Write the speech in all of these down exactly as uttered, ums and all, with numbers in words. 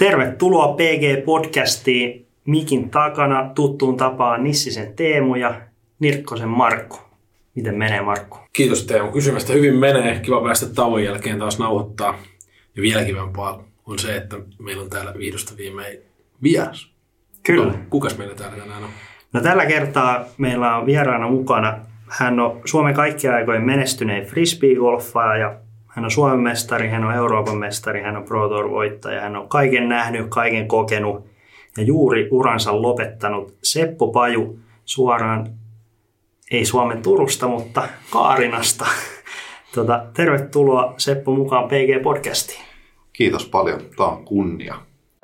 Tervetuloa P G-podcastiin. Mikin takana tuttuun tapaan Nissisen Teemu ja Nirkkosen Markku. Miten menee, Markku? Kiitos Teemu kysymästä. Hyvin menee. Kiva päästä tauon jälkeen taas nauhoittaa. Ja vielä kivempaa on se, että meillä on täällä vihdosta viimein vieras. Kyllä. No, kukas meillä täällä tänään on? No, tällä kertaa meillä on vieraana mukana. Hän on Suomen kaikkien aikojen menestynein frisbeegolfaaja. Hän on Suomen mestari, hän on Euroopan mestari, hän on Pro Tour-voittaja. Hän on kaiken nähnyt, kaiken kokenut ja juuri uransa lopettanut Seppo Paju suoraan, ei Suomen Turusta, mutta Kaarinasta. Tota, tervetuloa Seppo mukaan P G-podcastiin. Kiitos paljon, tämä on kunnia.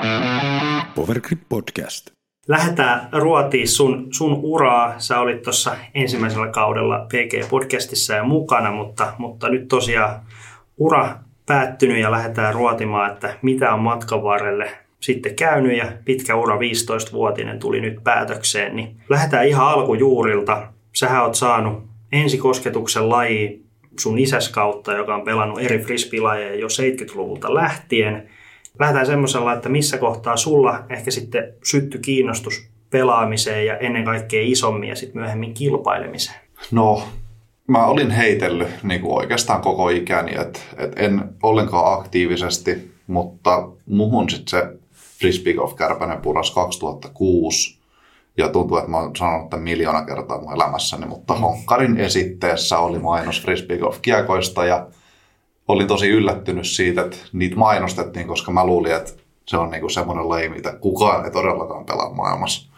Powergrip Podcast. Lähdetään ruotiin sun, sun uraa. Sä olit tuossa ensimmäisellä kaudella P G-podcastissa ja mukana, mutta, mutta nyt tosiaan ura päättynyt ja lähdetään ruotimaan, että mitä on matkan varrelle sitten käynyt ja pitkä ura viisitoistavuotinen tuli nyt päätökseen. Niin lähdetään ihan alkujuurilta. Sähän oot saanut ensikosketuksen lajiin sun isäs kautta, joka on pelannut eri frisbee-lajeja jo seitsemänkymmentäluvulta lähtien. Lähdetään semmoisella, että missä kohtaa sulla ehkä sitten syttyi kiinnostus pelaamiseen ja ennen kaikkea isommin ja sitten myöhemmin kilpailemiseen? No, mä olin heitellyt niin kuin oikeastaan koko ikäni, että et en ollenkaan aktiivisesti, mutta muhun sitten se frisbeegolf-kärpänen puras kaksituhattakuusi. Ja tuntuu, että mä oon sanonut tämän miljoona kertaa mun elämässäni, mutta Honkkarin esitteessä oli mainos frisbeegolf-kiekoista ja olin tosi yllättynyt siitä, että niitä mainostettiin, koska mä luulin, että se on niinku semmoinen laji, mitä kukaan ei todellakaan pelaa maailmassa.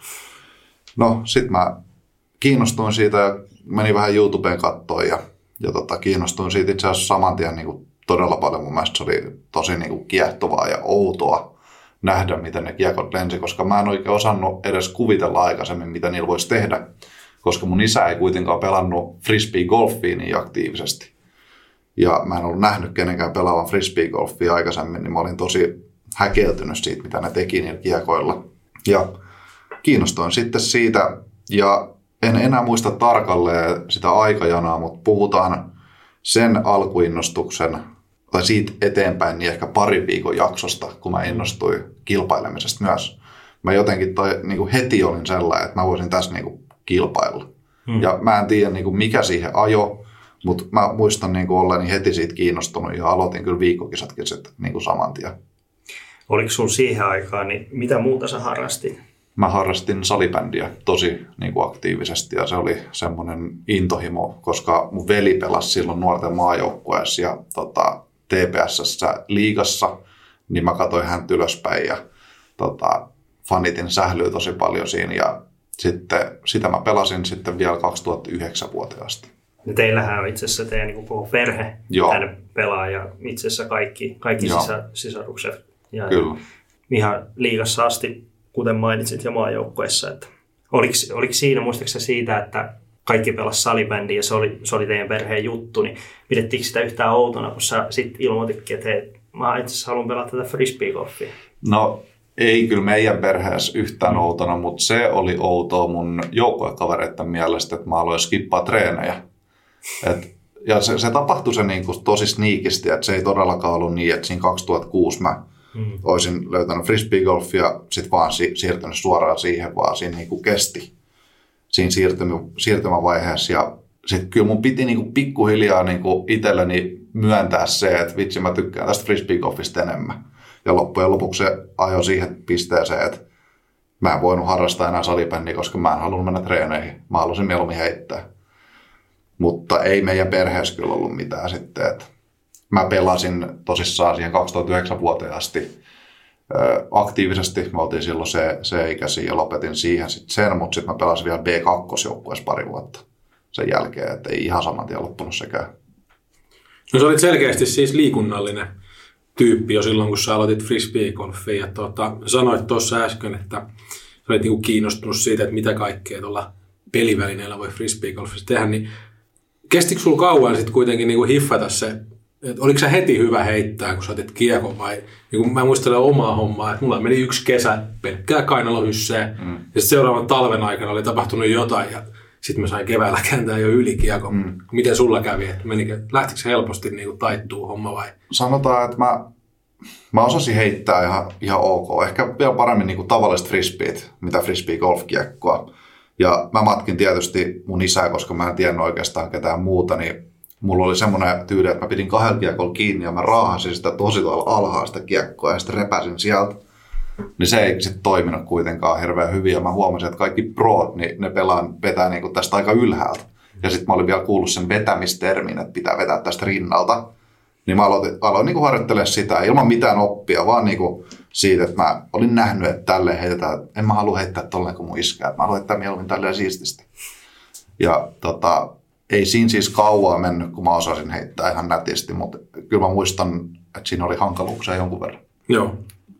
No, sit mä kiinnostuin siitä ja menin vähän YouTubeen kattoon ja, ja tota, kiinnostuin siitä itse asiassa saman tien niinku todella paljon. Mun mielestä se oli tosi niinku kiehtovaa ja outoa nähdä, miten ne kiekot lensi, koska mä en oikein osannut edes kuvitella aikaisemmin, mitä niillä voisi tehdä, koska mun isä ei kuitenkaan pelannut frisbee-golfia niin aktiivisesti. Ja mä en ollut nähnyt kenenkään pelaavan frisbee-golfia aikaisemmin, niin mä olin tosi häkeltynyt siitä, mitä ne teki niillä kiekoilla. Ja kiinnostuin sitten siitä, ja en enää muista tarkalleen sitä aikajanaa, mutta puhutaan sen alkuinnostuksen, tai siitä eteenpäin, niin ehkä parin viikon jaksosta, kun mä innostuin kilpailemisesta myös. Mä jotenkin toi, niin kuin heti olin sellainen, että mä voisin tässä niin kuin kilpailla. Hmm. Ja mä en tiedä, niin kuin mikä siihen ajo, mutta mä muistan niin kuin olleeni heti siitä kiinnostunut ja aloitin kyllä viikkokisatkin sitten niin kuin saman tien. Oliko sun siihen aikaan, niin mitä muuta sä harrastit? Mä harrastin salibändiä tosi niin kuin aktiivisesti ja se oli semmoinen intohimo, koska mun veli pelasi silloin nuorten maajoukkueessa ja tota, T P S-liigassa, niin mä katsoin häntä ylöspäin ja tota, fanitin sählyä tosi paljon siinä ja sitten sitä mä pelasin sitten vielä kaksituhattayhdeksän-vuotiaasti. Ja teillähän on itse asiassa teidän niin koko perhe tänne pelaa ja itse asiassa kaikki, kaikki sisä, sisarukset. Ja Kyllä. Ihan liigassa asti, kuten mainitsit, ja maajoukkueessa. Että oliko, oliko siinä, muistaakseni siitä, että kaikki pelasi salibändiä ja se oli, se oli teidän perheen juttu, niin pidettiinkö sitä yhtään outona, kun sä sitten ilmoititkin, että hei, mä itse asiassa haluan pelata tätä frisbeegolfia? No ei kyllä meidän perheessä yhtään mm. outona, mutta se oli outoa mun joukkuekavereiden mielestä, että mä aloin skippaa treenejä. Et, ja se, se tapahtui se niinku tosi sniikisti, että se ei todellakaan ollut niin, että siinä kaksituhattakuusi mä mm. olisin löytänyt frisbeegolfia ja sitten vaan si- siirtynyt suoraan siihen, vaan siinä niinku kesti siinä siirtymä, siirtymävaiheessa. Ja sitten kyllä mun piti niinku pikkuhiljaa niinku itselleni myöntää se, että vitsi mä tykkään tästä frisbeegolfista enemmän. Ja loppujen lopuksi se ajoi siihen pisteeseen, että mä en voinut harrastaa enää salibändiä, koska mä en halunnut mennä treeneihin. Mä halusin mieluummin heittää. Mutta ei meidän perheessä kyllä ollut mitään sitten. Että mä pelasin tosissaan siihen kaksituhattayhdeksän-vuoteen asti ö, aktiivisesti. Me oltiin silloin se, se ikäisiä ja lopetin siihen sitten sen, mutta sitten mä pelasin vielä B kaksi-joukkueessa pari vuotta sen jälkeen, että ei ihan saman tien loppunut sekään. No sä olit selkeästi siis liikunnallinen tyyppi jo silloin, kun sä aloitit frisbeegolfia. Ja tuota, sanoit tuossa äsken, että sä olit niinku kiinnostunut siitä, että mitä kaikkea tuolla pelivälineellä voi frisbeegolfissa tehdä, niin kestikö sulla kauan sitten kuitenkin niinku hiffata se, että oliko sä heti hyvä heittää, kun sä otit kiekon vai, niin kun mä muistelen omaa hommaa, että mulla meni yksi kesä pelkkää kainalohysseä mm. ja sitten seuraavan talven aikana oli tapahtunut jotain ja sitten mä sain keväällä kääntää jo yli kiekon. Mm. Miten sulla kävi, että menikö, lähtikö se helposti niinku taittuu homma vai? Sanotaan, että mä mä osasin heittää ihan, ihan ok. Ehkä vielä paremmin niin kuin tavalliset frisbeet, mitä frisbee-golfkiekkoa. Ja mä matkin tietysti mun isää, koska mä en tiennyt oikeastaan ketään muuta, niin mulla oli semmoinen tyyli, että mä pidin kahdella kiekolla kiinni ja mä raahasin sitä tosi tuolla alhaalla sitä kiekkoa ja sitten repäsin sieltä. Niin se ei sitten toiminut kuitenkaan hirveän hyvin ja mä huomasin, että kaikki proot, niin ne pelaan, vetää niinku tästä aika ylhäältä. Ja sitten mä olin vielä kuullut sen vetämistermin, että pitää vetää tästä rinnalta. Niin mä aloin, aloin niinku harjoittelemaan sitä ilman mitään oppia, vaan niinku siitä, että mä olin nähnyt, että tälleen heitetään, että en mä halua heittää tolleen kuin mun iskä, että mä haluan heittää mieluummin tälleen siististi. Ja tota, ei siinä siis kauaa mennyt, kun mä osasin heittää ihan nätisti, mutta kyllä mä muistan, että siinä oli hankaluuksia jonkun verran. Joo.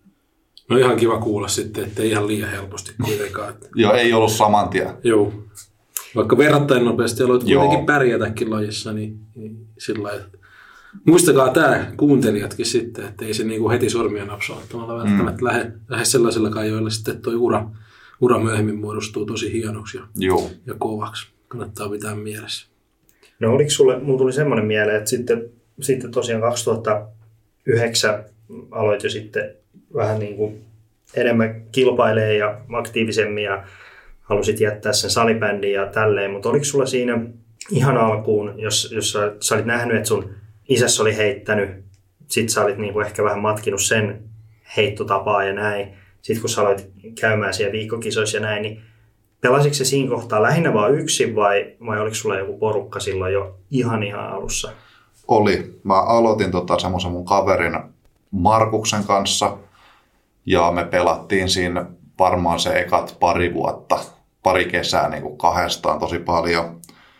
No ihan kiva kuulla sitten, ettei ihan liian helposti kuitenkaan. Joo, ei ollut saman tien. Joo. Vaikka verrattain nopeasti aloit kuitenkin pärjätäkin lajissa, niin, niin sillä lailla. Muistakaa tämä kuuntelijatkin sitten, että ei se niinku heti sormia napsauttamalla välttämättä mm. lähde, lähde sellaisillakaan, joilla sitten tuo ura, ura myöhemmin muodostuu tosi hienoksi ja, ja kovaksi. Kannattaa pitää mielessä. No oliko sulle, mulla tuli semmoinen mieleen, että sitten, sitten tosiaan kaksituhattayhdeksän aloit jo sitten vähän niin kuin enemmän kilpailee ja aktiivisemmin ja halusit jättää sen salibändin ja tälleen, mutta oliko sulla siinä ihan alkuun, jos, jos sä, sä olit nähnyt, että sun isäs oli heittänyt, sit sä olit niin kuin ehkä vähän matkinut sen heittotapaa ja näin, sit kun sä aloit käymään siellä viikkokisoissa ja näin, niin pelasitko se siinä kohtaa lähinnä vaan yksin vai, vai oliko sulla joku porukka silloin jo ihan ihan alussa? Oli. Mä aloitin tota semmoisen mun kaverin Markuksen kanssa ja me pelattiin siinä varmaan se ekat pari vuotta, pari kesää niin kuin kahdestaan tosi paljon.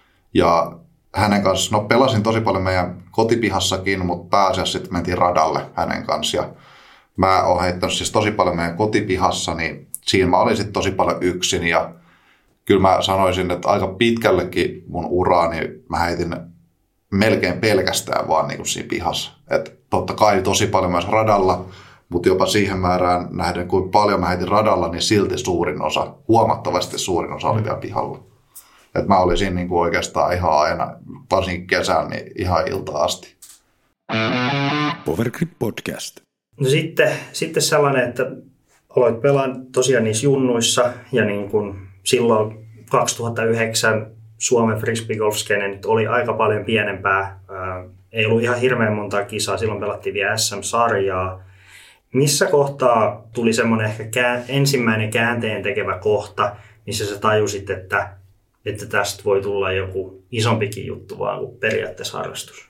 Ja hänen kanssa, no pelasin tosi paljon meidän kotipihassakin, mutta pääasiassa sitten mentiin radalle hänen kanssa. Ja mä oon heittänyt siis tosi paljon meidän kotipihassa, niin siinä mä olin sitten tosi paljon yksin ja kyllä mä sanoisin, että aika pitkällekin mun uraa, niin mä heitin melkein pelkästään vaan niin kuin siinä pihassa. Että totta kai tosi paljon myös radalla, mutta jopa siihen määrään nähden, kuinka paljon mä heitin radalla, niin silti suurin osa, huomattavasti suurin osa oli vielä pihalla. Että mä olin siinä niin kuin oikeastaan ihan aina, varsinkin kesällä, niin ihan iltaan asti. Powergrip Podcast. No sitten, sitten sellainen, että aloit pelaan tosiaan niissä junnuissa ja niin kuin silloin kaksituhattayhdeksän Suomen frisbeegolf-skene nyt oli aika paljon pienempää. Ää, ei ollut ihan hirveän montaa kisaa, silloin pelattiin vielä S M-sarjaa. Missä kohtaa tuli semmoinen ehkä kään, ensimmäinen käänteen tekevä kohta, missä sä tajusit, että, että tästä voi tulla joku isompikin juttu vaan kuin periaatteessa harrastus?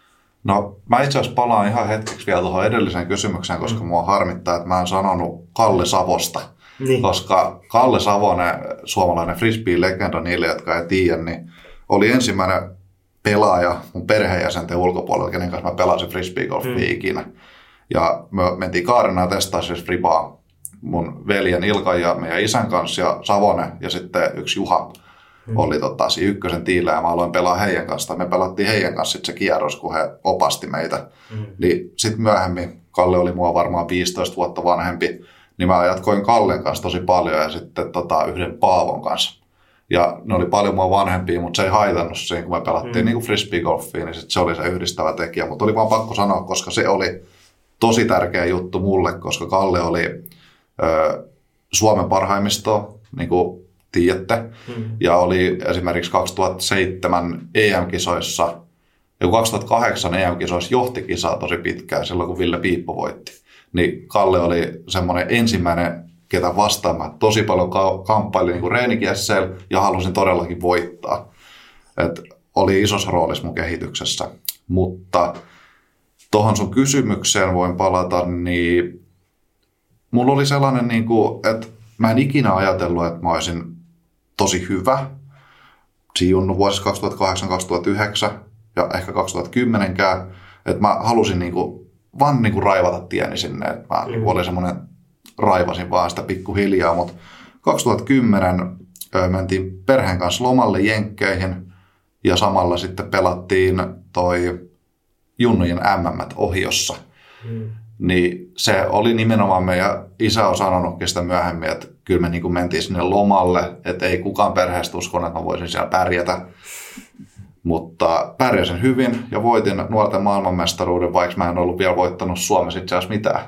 No mä itse asiassa palaan ihan hetkeksi vielä tuohon edelliseen kysymykseen, koska mm. mua harmittaa, että mä en sanonut Kalle Savosta. Niin. Koska Kalle Savonen, suomalainen frisbee-legenda niille, jotka ei tiedä, niin oli ensimmäinen pelaaja mun perheenjäsenten ulkopuolella, kenen kanssa mä pelasin frisbee-golfia mm. ikinä. Ja me mentiin Kaarina ja testasin fribaa mun veljen Ilkan ja meidän isän kanssa ja Savonen ja sitten yksi Juha mm. oli tota, siinä ykkösen tiillä ja mä aloin pelaa heidän kanssa. Me pelattiin heidän kanssa sitten se kierros, kun he opasti meitä. Mm. Niin sitten myöhemmin, Kalle oli mua varmaan viisitoista vuotta vanhempi, niin mä jatkoin Kallen kanssa tosi paljon ja sitten tota, yhden Paavon kanssa. Ja ne oli paljon mua vanhempia, mutta se ei haitannut siinä, kun me pelattiin mm. niin kuin frisbee-golfia, niin sit se oli se yhdistävä tekijä. Mutta oli vaan pakko sanoa, koska se oli tosi tärkeä juttu mulle, koska Kalle oli ö, Suomen parhaimmistoa, niin kuin tiedätte. Mm. Ja oli esimerkiksi kaksituhattaseitsemän E M-kisoissa, ja kaksituhattakahdeksan E M-kisoissa johti kisaa tosi pitkään silloin, kun Ville Piippo voitti. Niin Kalle oli semmoinen ensimmäinen, ketä vastaan mä tosi paljon kamppailin niin kuin reenikiesseillä ja halusin todellakin voittaa. Et oli isossa roolissa mun kehityksessä. Mutta tuohon sun kysymykseen voin palata, niin mulla oli sellainen, niin kuin, että mä en ikinä ajatellut, että mä olisin tosi hyvä. Siinä vuosissa kaksituhattakahdeksan kaksituhattayhdeksän ja ehkä kaksituhattakymmenenkään, että mä halusin niin kuin vaan niin kuin raivata tieni sinne, että mä mm. olin semmoinen, raivasin vaan sitä pikkuhiljaa, mutta kaksituhattakymmenen mentiin perheen kanssa lomalle Jenkkeihin ja samalla sitten pelattiin toi junnujen M M Ohiossa. Mm. Niin se oli nimenomaan meidän isä on sanonutkin sitä myöhemmin, että kyllä me niin kuin mentiin sinne lomalle, että ei kukaan perheestä uskonut, että mä voisin siellä pärjätä. Mutta pärjäsin hyvin ja voitin nuorten maailmanmestaruuden, vaikka mä en ollut vielä voittanut Suomessa itse asiassa mitään.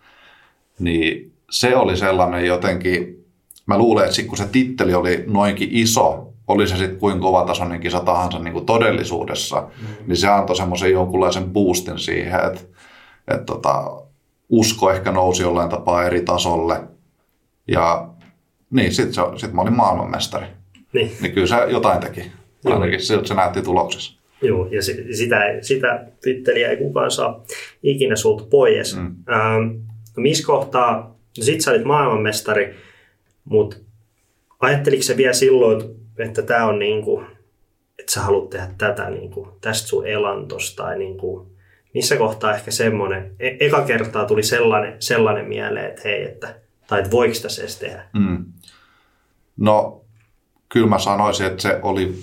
Niin se oli sellainen jotenkin, mä luulen, että sit kun se titteli oli noinkin iso, oli se sitten kuinka kovatasoinen kisa tahansa niin kuin todellisuudessa, mm-hmm. niin se antoi semmoisen jonkunlaisen boostin siihen, että, että tota, usko ehkä nousi jollain tapaa eri tasolle. Ja niin, sitten sit mä olin maailmanmestari. Niin. Niin kyllä se jotain teki. Ainakin siltä se näytti tuloksessa. Joo, ja sitä, sitä titteliä ei kukaan saa ikinä sulta pois. Mm. Ähm, no missä kohtaa, no sit sä olit maailmanmestari, mutta ajatteliko se vielä silloin, että tämä on niinku, että sä haluat tehdä tätä niinku, tästä sun elantosta, tai niinku, missä kohtaa ehkä semmoinen, e- eka kertaa tuli sellainen, sellainen mieleen, että hei, että, tai että voiko tässä edes tehdä? Mm. No, kyllä mä sanoisin, että se oli,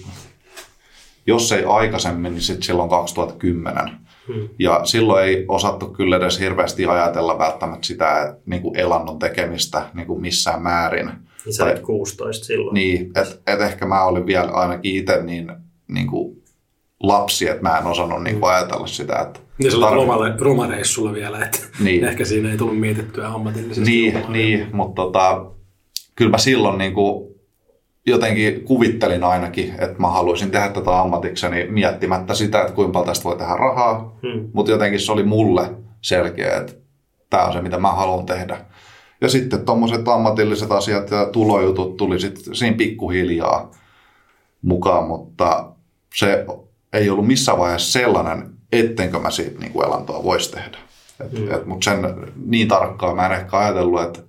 jos ei aikaisemmin, niin sitten silloin kaksituhattakymmenen. Hmm. Ja silloin ei osattu kyllä edes hirveästi ajatella välttämättä sitä niin kuin elannon tekemistä niin kuin missään määrin. Niin sä olit kuusitoista silloin. Niin, että et ehkä mä olin vielä ainakin itse niin, niin kuin lapsi, että mä en osannut niin kuin ajatella sitä. Että ja sulla on romareissulla vielä, että niin. Ehkä siinä ei tullut mietittyä ammatillisesti. Niin, niin mutta tota, kyllä mä silloin niin kuin jotenkin kuvittelin ainakin, että mä haluaisin tehdä tätä ammatikseni miettimättä sitä, että kuinka paljon tästä voi tehdä rahaa, hmm. mutta jotenkin se oli mulle selkeä, että tämä on se, mitä mä haluan tehdä. Ja sitten tuommoiset ammatilliset asiat ja tulojutut tuli sitten siinä pikkuhiljaa mukaan, mutta se ei ollut missään vaiheessa sellainen, ettenkö mä siitä niin kuin elantoa voisi tehdä. Et, hmm. et, mutta sen niin tarkkaan mä en ehkä ajatellut, että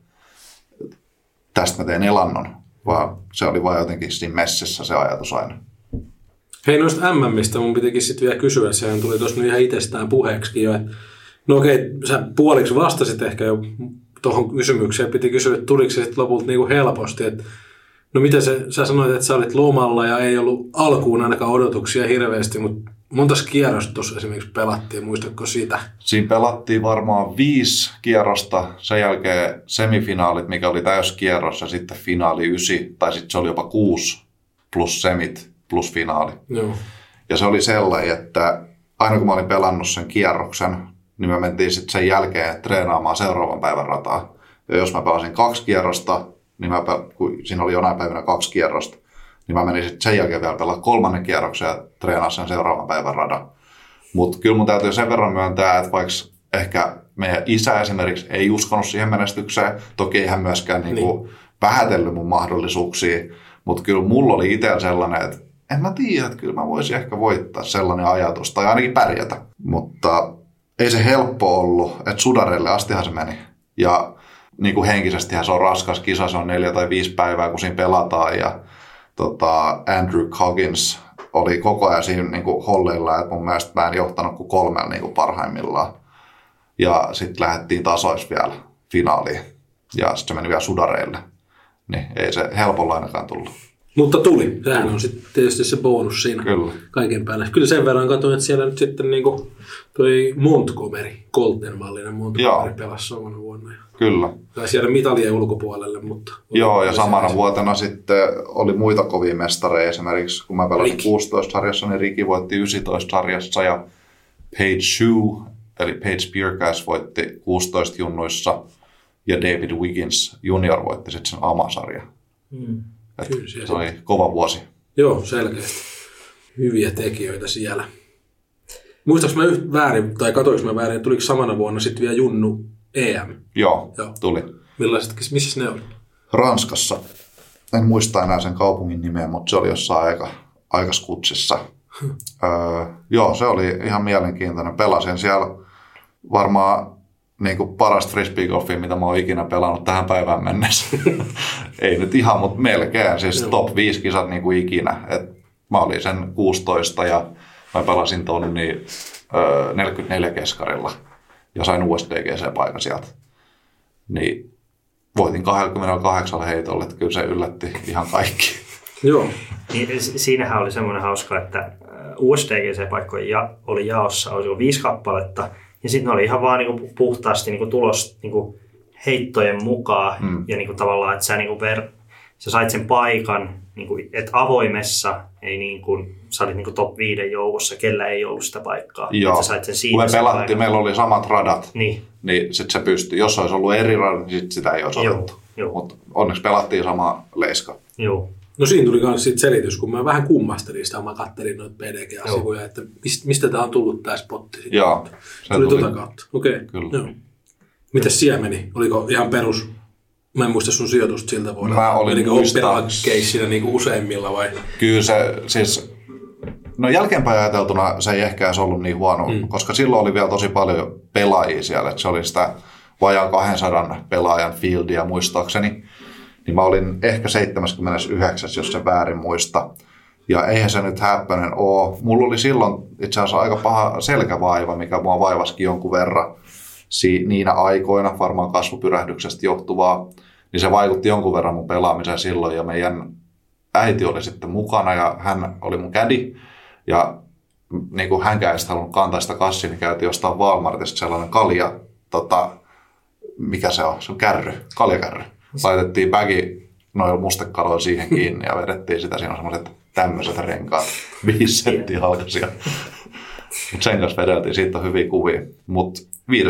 tästä mä teen elannon. Vaan se oli vaan jotenkin siinä messissä se ajatus aina. Hei, noista M M:istä mun pitikin sitten vielä kysyä. Sehän tuli tuossa ihan itsestään puheeksikin jo. No okei, sä puoliksi vastasit ehkä jo tuohon kysymykseen. Piti kysyä, että tuliko se sitten lopulta niinku helposti. Et, no mitä se, sä sanoit, että sä olit lomalla ja ei ollut alkuun ainakaan odotuksia hirveästi, mutta montas kierrosta tuossa esimerkiksi pelattiin, muistatko sitä? Siinä pelattiin varmaan viisi kierrosta, sen jälkeen semifinaalit, mikä oli täyskierros, ja sitten finaali ysi, tai sitten se oli jopa kuusi plus semit plus finaali. Joo. Ja se oli sellainen, että aina kun mä olin pelannut sen kierroksen, niin me mentiin sitten sen jälkeen treenaamaan seuraavan päivän rataa. Ja jos mä pelasin kaksi kierrosta, niin mä pel- kun siinä oli jonain päivänä kaksi kierrosta, niin mä menin sitten sen jälkeen vielä pelaa kolmannen kierroksen ja treenaa sen seuraavan päivän radan. Mutta kyllä mun täytyy sen verran myöntää, että vaikka ehkä meidän isä esimerkiksi ei uskonut siihen menestykseen, toki ei hän myöskään niin. niinku vähätellyt mun mahdollisuuksia, mutta kyllä mulla oli itsellä sellainen, että en mä tiedä, että kyllä mä voisin ehkä voittaa sellainen ajatus tai ainakin pärjätä. Mutta ei se helppo ollut, että sudareille astihan se meni. Ja niin kuin henkisestihän se on raskas kisa, se on neljä tai viisi päivää, kun siinä pelataan ja Tota, Andrew Coggins oli koko ajan siinä niin kuin holleilla, että mun mielestä mä en johtanut kuin kolmella niin kuin parhaimmillaan. Ja sitten lähdettiin tasois vielä finaaliin. Ja sitten se meni vielä sudareille. Niin ei se helpolla ainakaan tullut. Mutta tuli. Sehän on sitten tietysti se bonus siinä. Kyllä. Kaiken päälle. Kyllä sen verran katsoin, että siellä nyt sitten niin kuin toi Montgomery, Colton-mallinen Montgomery pelasi samana vuonna. Kyllä. Tai siellä mitalien ulkopuolelle, mutta... Joo, ja samana se vuotena sitten oli muita kovia mestareja. Esimerkiksi kun mä pelasin Ricky. kuusitoista sarjassa, niin Ricky voitti yhdeksäntoista sarjassa ja Paige Shue, eli Paige Piercas voitti kuusitoista junnuissa ja David Wiggins junior voitti sitten sen A M A-sarja. Mm. Kyllä, se oli kova vuosi. Joo, selkeästi. Hyviä tekijöitä siellä. Muistaaks mä yhtä väärin, tai katoinko mä väärin, että tuliko samana vuonna sitten vielä Junnu E M? Joo, Joo. tuli. Millaiset, missä ne oli? Ranskassa. En muista enää sen kaupungin nimeä, mutta se oli jossain aika, aikaskutsissa. Hmm. Öö, joo, se oli ihan mielenkiintoinen. Pelasin siellä varmaan niin kuin parasta frisbeegolfia, mitä mä oon ikinä pelannut tähän päivään mennessä. Ei nyt ihan, mutta melkein. Siis Joo. top viisi kisat niin kuin ikinä. Et mä olin sen kuusitoista ja mä pelasin tonni öö, neljäkymmentäneljä keskarilla ja sain U S D G C-paikan sieltä. Niin voitin kaksikymmentäkahdeksan heitolle, että kyllä se yllätti ihan kaikki. Joo. Niin, siinähän oli semmoinen hauska, että U S D G C-paikkoja ja, oli jaossa, oli viisi kappaletta. Ja sitten ne oli ihan vaan niinku puhtaasti niinku tulos niinku heittojen mukaan. Mm. Ja niinku tavallaan, että sä niinku ver, sä sait sen paikan, niin kuin, että avoimessa ei niin kuin, sä olit niin kuin top viiden joukossa, kellä ei ollut sitä paikkaa. Joo, sä sait sen siitä kun me sen pelattiin, paikan. meillä oli samat radat, niin, niin sitten se pystyi. Jos olisi ollut eri radat, niin sit sitä ei olisi otettu. Mutta onneksi pelattiin sama leiska. Joo. No siinä tuli myös sit selitys, kun mä vähän kummastelin sitä, mä kattelin noita P D G A-sivuja, että mistä, mistä tämä on tullut tämä spotti. Joo. Se tuli tuota kautta. Okei. Okay. Kyllä. Joo. Mites siellä meni? Oliko ihan perus? Mä en muista sun sijoitusta siltä vuodelta. Mä olin Menikö muistaa... oppilaakeissinä niin kuin useimmilla vai? Kyllä se siis... No jälkeenpäin ajateltuna se ei ehkä edes ollut niin huono, mm. koska silloin oli vielä tosi paljon pelaajia siellä. Että se oli sitä vajaan kahdensadan pelaajan fieldia muistaakseni. Niin mä olin ehkä seitsemänkymmentäyhdeksän, jos se väärin muista. Ja eihän se nyt häppöinen ole. Mulla oli silloin itse asiassa aika paha selkävaiva, mikä mua vaivasikin jonkun verran si- niinä aikoina, varmaan kasvupyrähdyksestä johtuvaa. Niin se vaikutti jonkun verran mun pelaamiseen silloin, ja meidän äiti oli sitten mukana, ja hän oli mun kädi. Ja niin kuin hänkään ei sitten halunnut kantaa sitä kassia, niin käytiin jostain Walmartista sellainen kalja, tota, mikä se on, se on kärry, kaljakärry. Laitettiin bagi noilla mustekaloilla siihen kiinni ja vedettiin sitä. Siinä on semmoiset tämmöiset renkaat, viisi senttiä halkaisia. Mutta sen kanssa vedeltiin, siitä on hyviä kuvia. Mutta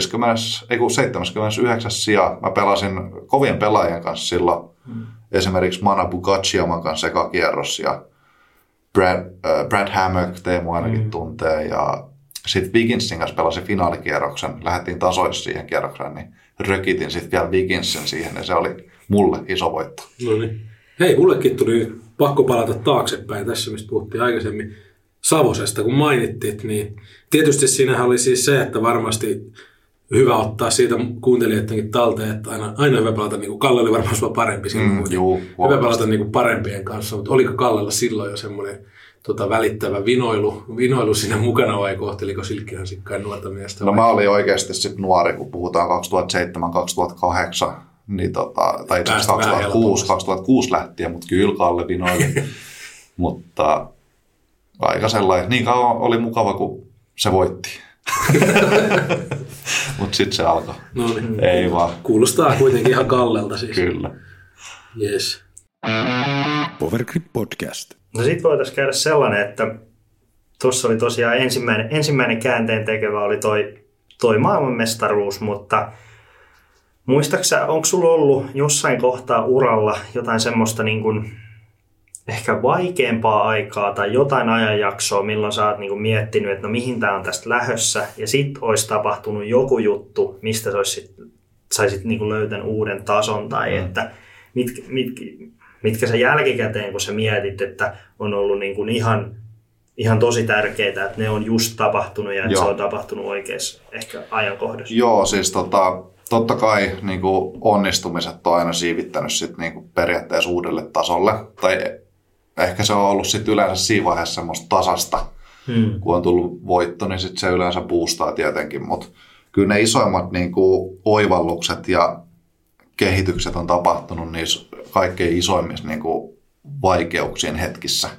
seitsemänkymmentäyhdeksän sijaan mä pelasin kovien pelaajien kanssa silloin. Mm. Esimerkiksi Manabu Gachiaman kanssa ekakierros ja Brad, äh, Brad Hammock, Teemu ainakin mm. tuntee. Ja sitten Wigginsin kanssa pelasin finaalikierroksen. Lähdettiin tasoissa siihen kierrokseen, niin rökitin sitten vielä Wigginsin siihen ja se oli mulle iso voitto. No niin. Hei, mullekin tuli pakko palata taaksepäin tässä, mistä puhuttiin aikaisemmin Savosesta, kun mainittit, niin tietysti siinähän oli siis se, että varmasti hyvä ottaa siitä kuuntelijoidenkin talteen, että aina, aina hyvä pelata, niin kuin Kalle oli varmaan sulla parempi silloin, mm, juu, hyvä pelata niin kuin parempien kanssa, mutta oliko Kallella silloin jo semmoinen tota, välittävä vinoilu, vinoilu siinä mukana vai kohteliko silkkihansikkain nuorta miestä? No vai? Mä olin oikeasti sitten nuori, kun puhutaan kaksituhattaseitsemän kaksituhattakahdeksan, niin tota, tai itse asiassa kaksituhattakuusi, kaksituhattakuusi lähtien, mutta kyllä Kalle vinoili. Mutta aika sellainen, niin kauan oli mukava, kun se voitti. Mutta sitten se alkoi. No niin. Ei vaan. Kuulostaa kuitenkin ihan Kallelta siis. Kyllä. Yes. Powergrip Podcast. No sit voitaisiin käydä sellainen, että tuossa oli tosiaan ensimmäinen, ensimmäinen käänteen tekevä oli toi, toi maailmanmestaruus, mutta muistaaksä, onko sulla ollut jossain kohtaa uralla jotain semmoista niin kuin ehkä vaikeampaa aikaa tai jotain ajanjaksoa, milloin sä oot niin kuin miettinyt, että no mihin tää on tästä lähössä, ja sit olisi tapahtunut joku juttu, mistä sä olisit, saisit niin kuin löytänyt uuden tason, tai mm. että mitkä, mitkä, mitkä sä jälkikäteen, kun sä mietit, että on ollut niin kuin ihan, ihan tosi tärkeää, että ne on just tapahtunut ja että Joo. se on tapahtunut oikeassa ehkä ajankohdassa. Joo, siis tota, totta kai niin kuin onnistumiset on aina siivittänyt sit, niin kuin periaatteessa uudelle tasolle, tai ehkä se on ollut sit yleensä siinä vaiheessa semmoista tasasta, hmm. kun on tullut voitto, niin sit se yleensä boostaa tietenkin, mutta kyllä ne isoimmat niin kuin oivallukset ja kehitykset on tapahtunut niissä kaikkein isoimmissa niin kuin vaikeuksien hetkissä.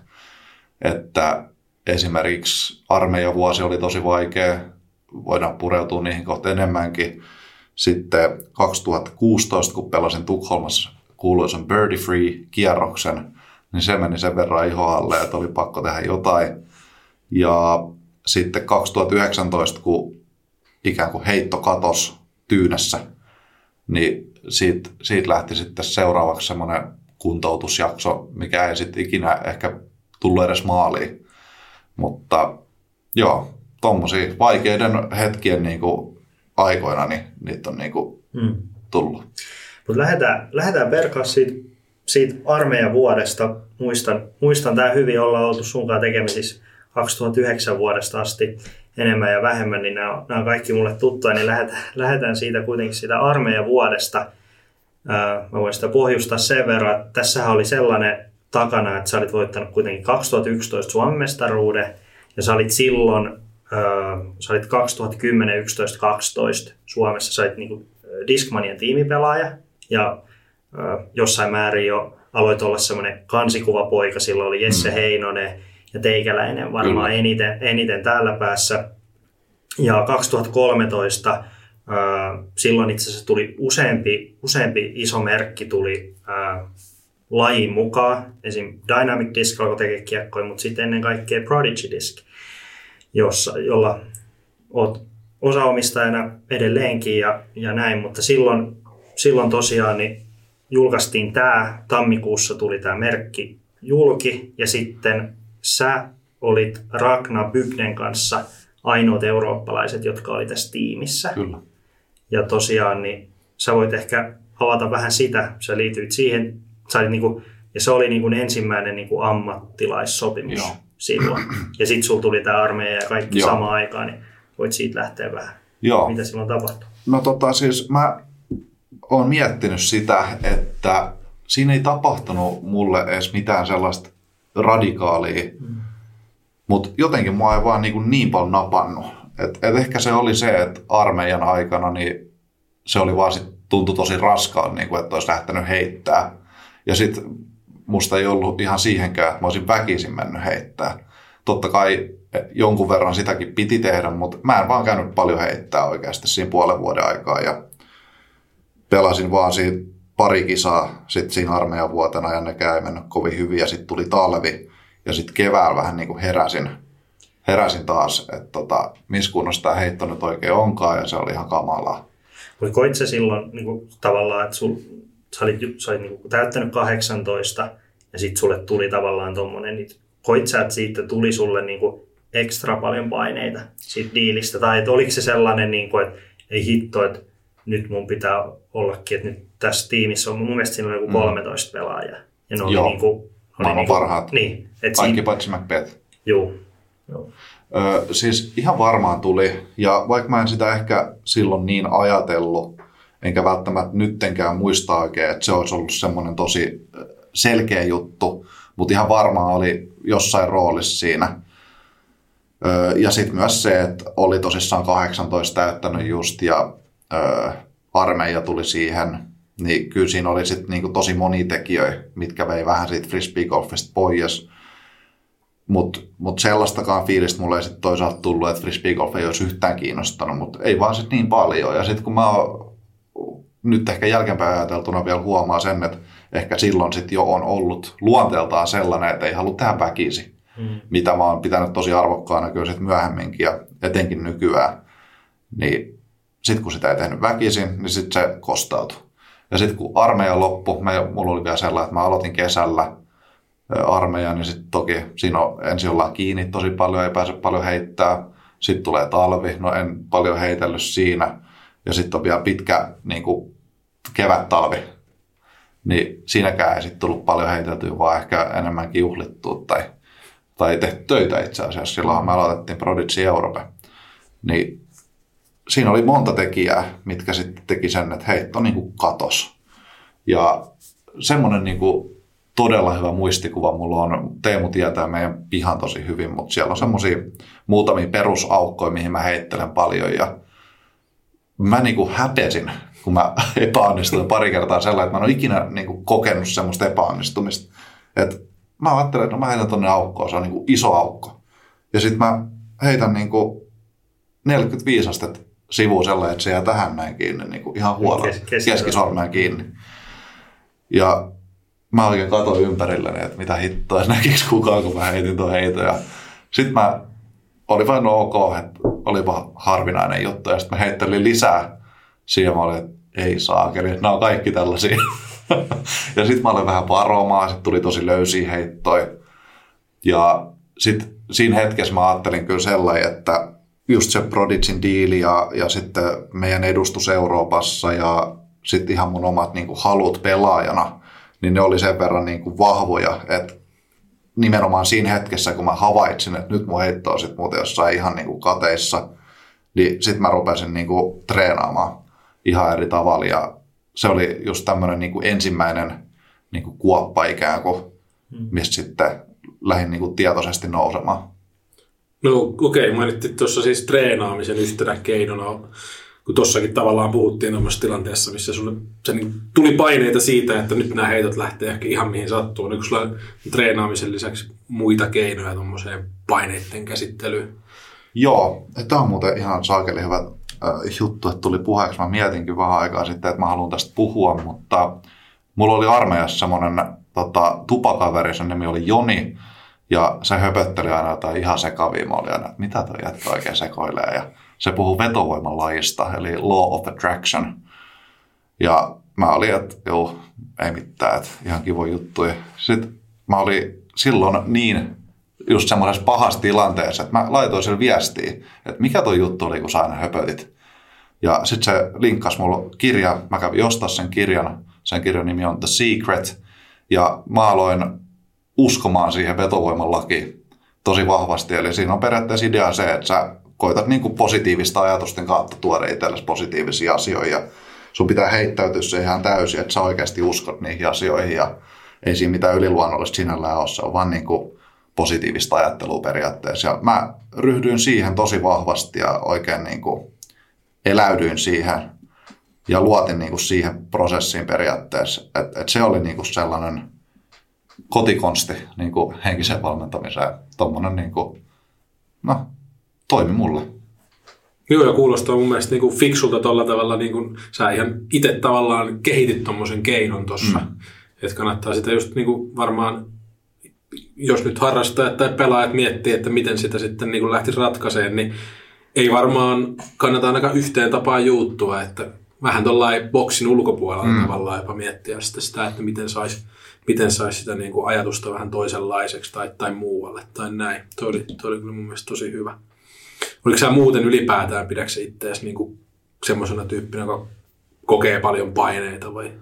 Että esimerkiksi armeijavuosi oli tosi vaikea, voidaan pureutua niihin kohta enemmänkin. Sitten kaksituhattakuusitoista, kun pelasin Tukholmassa kuuluisen Birdie Free-kierroksen, niin se meni sen verran ihoa alle, että oli pakko tehdä jotain. Ja sitten kaksituhattayhdeksäntoista, kun ikään kuin heitto katosi Tyynessä, niin siitä, siitä lähti sitten seuraavaksi semmoinen kuntoutusjakso, mikä ei sitten ikinä ehkä tullut edes maaliin. Mutta joo, tommosia vaikeiden hetkien niinku aikoina, niin niitä on niinku hmm. tullut. Mutta lähdetään, lähdetään perkaa siitä, siitä armeijan vuodesta. Muistan, muistan tämä hyvin, ollaan oltu sunkaan tekemisissä kaksituhattayhdeksän vuodesta asti enemmän ja vähemmän, niin nämä on, nämä on kaikki mulle tuttuja, niin lähdetään, lähdetään siitä kuitenkin siitä armeijan vuodesta. Ää, mä voin sitä pohjustaa sen verran, että tässähän oli sellainen takana, että sä olit voittanut kuitenkin kaksituhattayksitoista Suomen mestaruuden, ja sä olit silloin, ää, sä olit kaksituhattakymmenen, yksitoista, kaksitoista Suomessa, sä olit niinku Discmanien tiimipelaaja, ja ää, jossain määrin jo aloit olla semmoinen kansikuvapoika, silloin oli Jesse mm. Heinonen, ja teikäläinen varmaan eniten, eniten täällä päässä. Ja kaksituhattakolmetoista äh, silloin itse asiassa tuli useampi, useampi iso merkki tuli äh, lajin mukaan. Esim. Dynamic Disc alkoi tekemään kiekkoja, mutta sitten ennen kaikkea Prodigy Disc, jossa, jolla olet osaomistajana edelleenkin ja, ja näin. Mutta silloin, silloin tosiaan niin julkaistiin tämä, tammikuussa tuli tämä merkki julki ja sitten sä olit Ragnar Bygden kanssa ainoat eurooppalaiset, jotka oli tässä tiimissä. Kyllä. Ja tosiaan niin sä voit ehkä avata vähän sitä, sä liityit siihen, sä olit niinku, ja se oli niinku ensimmäinen niinku ammattilaissopimus Joo. silloin. Ja sitten sulla tuli tämä armeija ja kaikki Joo. samaan aikaan, niin voit siitä lähteä vähän. Joo. Mitä silloin tapahtui? No tota siis mä oon miettinyt sitä, että siinä ei tapahtunut mulle edes mitään sellaista radikaalia, mm. mutta jotenkin mua ei vaan niin, niin paljon napannut. Et, et ehkä se oli se, että armeijan aikana niin se oli vaan sit, tuntui tosi raskaan, niin kuin, että olisi lähtenyt heittää. Ja sitten musta ei ollut ihan siihenkään, että mä olisin väkisin mennyt heittää. Totta kai jonkun verran sitäkin piti tehdä, mutta mä en vaan käynyt paljon heittää oikeasti siinä puolen vuoden aikaa. Ja pelasin vaan siinä pari kisaa sitten siinä armeijan vuotena ja nekään ei mennyt kovin hyvin. Ja sitten tuli talvi ja sitten keväällä vähän niin kuin heräsin, heräsin taas, että tota, missä kunnossa tämä heitto nyt oikein onkaan ja se oli ihan kamalaa. Mutta koit sä silloin niin kuin, tavallaan, että sul, sä olit, sä olit niin kuin, täyttänyt kahdeksantoista ja sitten sulle tuli tavallaan tommonen, niin koit sä, että siitä tuli sulle niin kuin, ekstra paljon paineita siitä diilistä? Tai että oliko se sellainen, niin kuin, että ei hitto, että nyt mun pitää ollakin, että nyt tässä tiimissä on, mun mielestä siinä on joku kolmetoista pelaajaa. Ja ne oli Joo, niin kuin, maailman niin parhaat. Niin, kaikki paitsi Macbeth. Joo. Joo. Ö, siis ihan varmaan tuli, ja vaikka mä en sitä ehkä silloin niin ajatellut, enkä välttämättä nyttenkään muista oikein, että se olisi ollut semmoinen tosi selkeä juttu, mutta ihan varmaan oli jossain roolissa siinä. Ö, ja sitten myös se, että oli tosissaan kahdeksantoista täyttänyt just, ja ö, armeija tuli siihen, niin kyllä siinä oli sitten niinku tosi monia tekijöitä, mitkä vei vähän siitä frisbeegolfista pois. Mutta mut sellaistakaan fiilistä mulle ei sitten toisaalta tullut, että frisbeegolf ei olisi yhtään kiinnostanut, mutta ei vaan sitten niin paljon. Ja sitten kun mä oon nyt ehkä jälkeenpäin ajateltuna vielä huomaa sen, että ehkä silloin sitten jo on ollut luonteeltaan sellainen, että ei halua tehdä väkisin. Mm. Mitä mä oon pitänyt tosi arvokkaana kyllä sitten myöhemminkin ja etenkin nykyään. Niin sitten kun sitä ei tehnyt väkisin, niin sitten se kostautui. Ja sitten kun armeija loppui, me, mulla oli vielä sellainen, että mä aloitin kesällä armeijan, niin sitten toki siinä on, ensin ollaan kiinni tosi paljon, ei pääse paljon heittää. Sitten tulee talvi, no en paljon heitellyt siinä. Ja sitten on vielä pitkä niin kuin kevät-talvi. Niin siinäkään ei sitten tullut paljon heiteltyä, vaan ehkä enemmänkin juhlittua tai, tai tehty töitä itse asiassa. Silloinhan me aloitettiin Prodigy Europe. Niin siinä oli monta tekijää, mitkä sitten teki sen, että heitto niin kuin katos. Ja semmoinen niin kuin todella hyvä muistikuva mulla on. Teemu tietää meidän pihan tosi hyvin, mutta siellä on semmoisia muutamia perusaukkoja, mihin mä heittelen paljon. Ja mä niinku häpesin, kun mä epäonnistuin pari kertaa sellainen, että mä en ole ikinä niinku kokenut semmoista epäonnistumista. Et mä ajattelin, että no mä heitän tonne aukkoon, se on niinku iso aukko. Ja sit mä heitän niinku neljäkymmentäviisi astetta sivuun sellainen, että se jää tähän näin kiinni, niinku ihan huolella, Kes- kes- keskisormeen kiinni. Ja mä oikein katsoin ympärilleni, että mitä hittoa, näkikö kukaan, kun mä heitin tuon heiton. Ja sit mä oli vain ok, että olipa harvinainen juttu. Ja sitten mä heittelin lisää. Siinä mä olin, että ei saakeli, nämä on kaikki tällaisia. Ja sitten mä olin vähän varomaan, sitten tuli tosi löysiä heittoja. Ja sitten siinä hetkessä mä ajattelin kyllä sellainen, että just se Prodigyn diili ja, ja sitten meidän edustus Euroopassa ja sitten ihan mun omat niin kuin halut pelaajana, niin ne oli sen verran niin kuin vahvoja, että nimenomaan siinä hetkessä, kun mä havaitsin, että nyt mun heitto on sit muuten jossain ihan niin kuin kateissa, niin sit mä rupesin niin kuin treenaamaan ihan eri tavalla. Ja se oli just tämmöinen niin kuin ensimmäinen niin kuin kuoppa ikään kuin, hmm. mistä sitten lähdin niin kuin tietoisesti nousemaan. No okei, okay, mainittiin tuossa siis treenaamisen yhtenä keinona, kun tuossakin tavallaan puhuttiin tämmöisessä tilanteessa, missä sulle se niin tuli paineita siitä, että nyt nämä heitot lähtee ehkä ihan mihin sattuu. Oliko sulla treenaamisen lisäksi muita keinoja tuommoiseen paineiden käsittelyyn? Joo, tämä on muuten ihan saakeli hyvä äh, juttu, että tuli puheeksi. Mä mietinkin vähän aikaa sitten, että mä haluan tästä puhua, mutta mulla oli armeijassa semmoinen tota, tupakaveri, sen nimi oli Joni, ja se höpötteli aina jotain ihan sekavia. Mä olin aina, että mitä toi jätkä oikein sekoilee. Ja se puhuu vetovoiman lajista, eli law of attraction. Ja mä olin, että joo, ei mitään, että ihan kivo juttu. Sitten mä olin silloin niin just semmoisessa pahassa tilanteessa, että mä laitoin sille viestiä, että mikä toi juttu oli, kun sä aina höpötit. Ja sitten se linkkasi mulle kirja, mä kävin ostaa sen kirjan, sen kirjan nimi on The Secret, ja mä aloin uskomaan siihen vetovoiman lakiin tosi vahvasti. Eli siinä on periaatteessa idea se, että sä koitat niin kuin positiivista ajatusten kautta tuoda itsellesi positiivisia asioita, ja sun pitää heittäytyä se ihan täysin, että sä oikeasti uskot niihin asioihin, ja ei siinä mitään yliluonnollista sinällään ole, se on vaan niin kuin positiivista ajattelua periaatteessa. Ja mä ryhdyin siihen tosi vahvasti ja oikein niin kuin eläydyin siihen ja luotin niin kuin siihen prosessiin periaatteessa. Että et se oli niin kuin sellainen kotikonsti niin kuin henkisen valmentamiseen. Tuommoinen niin kuin, no, toimi mulle. Joo, ja kuulostaa mun mielestä niin kuin fiksulta tuolla tavalla, niin kuin sä ihan itse tavallaan kehitit tommosen keinon tossa. Mm. Että kannattaa sitä just niin kuin varmaan, jos nyt harrastajat tai pelaajat miettii, että miten sitä sitten niin kuin lähtisi ratkaisemaan, niin ei varmaan kannata ainakaan yhteen tapaan juuttua, että vähän tuollain boksin ulkopuolella mm. tavallaan jopa miettiä sitä, sitä että miten saisi miten sais sitä niin kuin ajatusta vähän toisenlaiseksi tai, tai muualle tai näin. Tuo oli, tuo oli kyllä mun mielestä tosi hyvä. Oliko sä muuten ylipäätään, pidätkö sä itseäsi niin kuin semmoisena tyyppinä, joka kokee paljon paineita vai,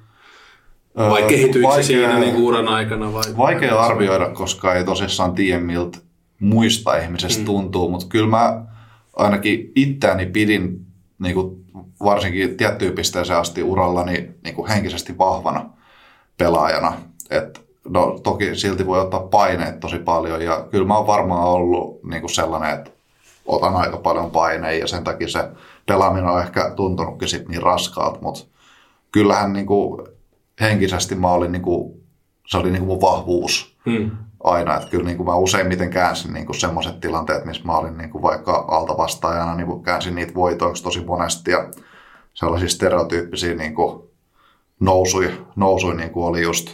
vai kehityitkö se siinä niin kuin uran aikana? Vai, vaikea vai arvioida, koska ei tosissaan tiedä miltä muista ihmisestä mm. tuntuu, mutta kyllä mä ainakin itseäni pidin niin kuin varsinkin tiettyyn pisteeseen asti urallani niin kuin henkisesti vahvana pelaajana. Et, no, toki silti voi ottaa paineet tosi paljon ja kyllä mä oon varmaan ollut niin kuin sellainen, että otan aika paljon paineja ja sen takia se pelaaminen on ehkä tuntunutkin sit niin raskaalta, mutta kyllähän niin kuin henkisesti mä olin, niin kuin, se oli niin kuin mun vahvuus hmm. aina, että kyllä niin kuin mä useimmiten käänsin niin kuin semmoiset tilanteet, missä mä olin niin kuin vaikka altavastaajana, niin kuin käänsin niitä voitoiksi tosi monesti ja sellaisia stereotyyppisiä niin kuin nousuja, nousuja niin kuin oli just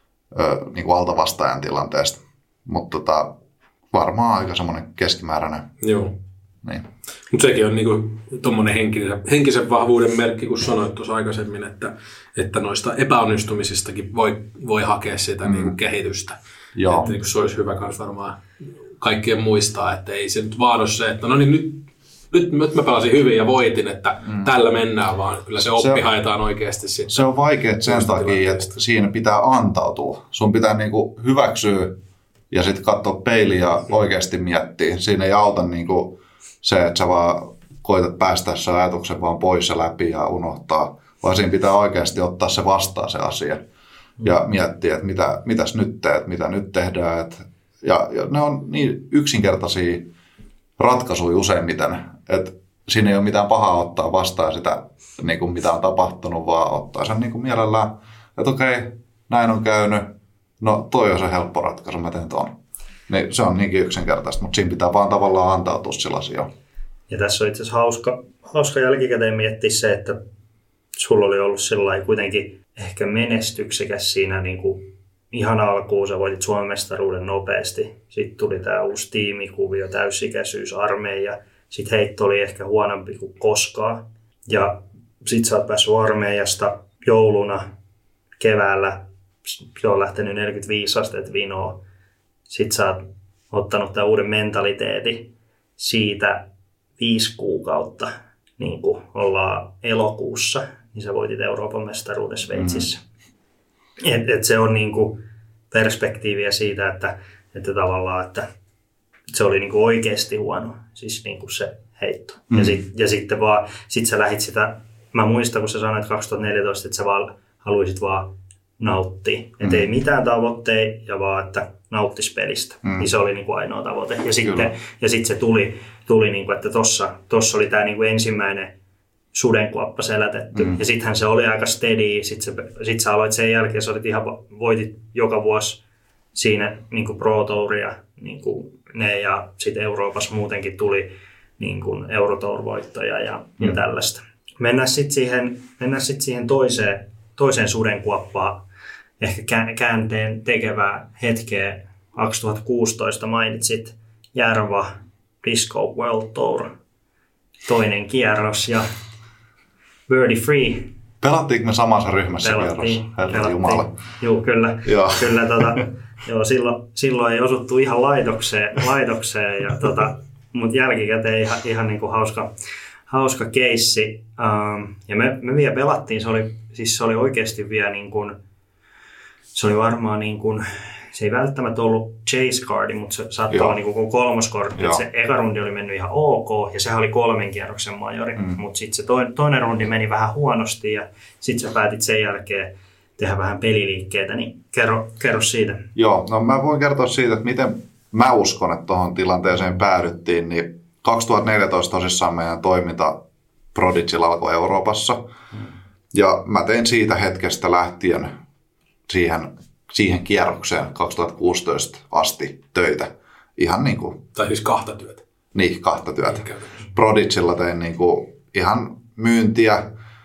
ö, niin kuin altavastaajan tilanteesta, mutta tota, varmaan aika semmoinen keskimääräinen. Joo. Niin. Mutta sekin on niinku tuommoinen henkisen, henkisen vahvuuden merkki, kun sanoit tuossa aikaisemmin, että, että noista epäonnistumisistakin voi, voi hakea sitä mm. niinku kehitystä. Joo. Että niinku se olisi hyvä myös varmaan kaikkien muistaa, että ei se nyt vaan ole se, että no niin nyt, nyt, nyt mä pelasin hyvin ja voitin, että mm. tällä mennään, vaan kyllä se oppi se, haetaan oikeasti sitten. Se on vaikeaa sen takia, että siinä pitää antautua. Sun pitää niinku hyväksyä ja sitten katsoa peiliä ja oikeasti miettiä. Siinä ei auta niinku se, että sä vaan koetat päästä sen ajatuksen vaan pois ja läpi ja unohtaa, vaan siinä pitää oikeasti ottaa se vastaan se asia ja miettiä, että mitä, mitäs nyt teet, mitä nyt tehdään. Et, ja, ja ne on niin yksinkertaisia ratkaisuja useimmiten, että siinä ei ole mitään pahaa ottaa vastaan sitä, niin kuin mitä on tapahtunut, vaan ottaa sen niin kuin mielellään, että okei, näin on käynyt, no toi on se helppo ratkaisu, mä teen ton. Niin se on niinkin yksinkertaista, mutta siinä pitää vaan tavallaan antautua sillä asialla. Ja tässä on itse asiassa hauska, hauska jälkikäteen miettiä se, että sulla oli ollut sellainen kuitenkin ehkä menestyksekäs siinä niin kuin ihan alkuun. Sä voitit Suomen mestaruuden nopeasti. Sitten tuli tämä uusi tiimikuvio, täysikäisyys, armeija. Sitten heitto oli ehkä huonompi kuin koskaan. Ja sitten sä oot päässyt armeijasta jouluna keväällä. Se on lähtenyt neljäkymmentäviisi astetta vinoa. Sitten sä oot ottanut tämän uuden mentaliteetin siitä viisi kuukautta, niin kuin ollaan elokuussa, niin sä voitit Euroopan mestaruuden Sveitsissä. Mm. Et, et se on niin kuin perspektiiviä siitä, että, että tavallaan että se oli niin kuin oikeasti huono, siis niin kuin se heitto. Mm. Ja, sit, ja sitten vaan, sit sä lähit sitä, mä muistan kun sä sanoit kaksituhattaneljätoista, että sä vaan haluisit vaan nauttia. Mm. Että ei mitään tavoitteita ja vaan, että nauttisi pelistä. Mm. Niin se oli niin kuin ainoa tavoite. Ja sitten, ja sitten se tuli, tuli niin kuin, että tossa, tossa oli tämä niin kuin ensimmäinen sudenkuoppa selätetty. Mm. Ja sittenhän se oli aika steady. Sitten sit sä aloit sen jälkeen, sä olit ihan, voitit joka vuosi siinä niin kuin Pro Touria, niin kuin ne, ja sitten Euroopassa muutenkin tuli niin kuin Eurotour-voittoja ja, mm. ja tällaista. Mennään sitten siihen, mennään sit siihen toiseen, toiseen sudenkuoppaan. ehkä käänteen tekevää hetkeä. kaksituhattakuusitoista mainitsit Järva Disco World Tour, toinen kierros ja Birdie Free. Pelattiinko me samassa ryhmässä Pelattiin, kierros? Herra Jumala. Joo, kyllä. Joo. kyllä tota, joo, silloin, silloin ei osuttu ihan laitokseen, laitokseen ja, tota, mutta jälkikäteen ihan, ihan niin kuin hauska, hauska keissi. Um, ja me, me vielä pelattiin, se oli, siis se oli oikeasti vielä niin kuin, se oli varmaan niin kuin, se ei välttämättä ollut chase cardi, mutta se saattoi olla niin kuin kolmoskortti. Se eka rundi oli mennyt ihan ok ja sehän oli kolmen kierroksen majori, mm. mutta sitten se toinen, toinen rundi meni vähän huonosti ja sitten sä päätit sen jälkeen tehdä vähän peliliikkeitä, niin kerro, kerro siitä. Joo, no mä voin kertoa siitä, että miten mä uskon, että tuohon tilanteeseen päädyttiin, niin kaksituhattaneljätoista tosissaan meidän toiminta Prodigilla alkoi Euroopassa mm. ja mä tein siitä hetkestä lähtien siihen siihen kierrokseen kaksituhattakuusitoista asti töitä. Ihan niin kuin... Tai siis kahta työtä. Niin, kahta työtä. Prodigilla tein niin kuin ihan myyntiä,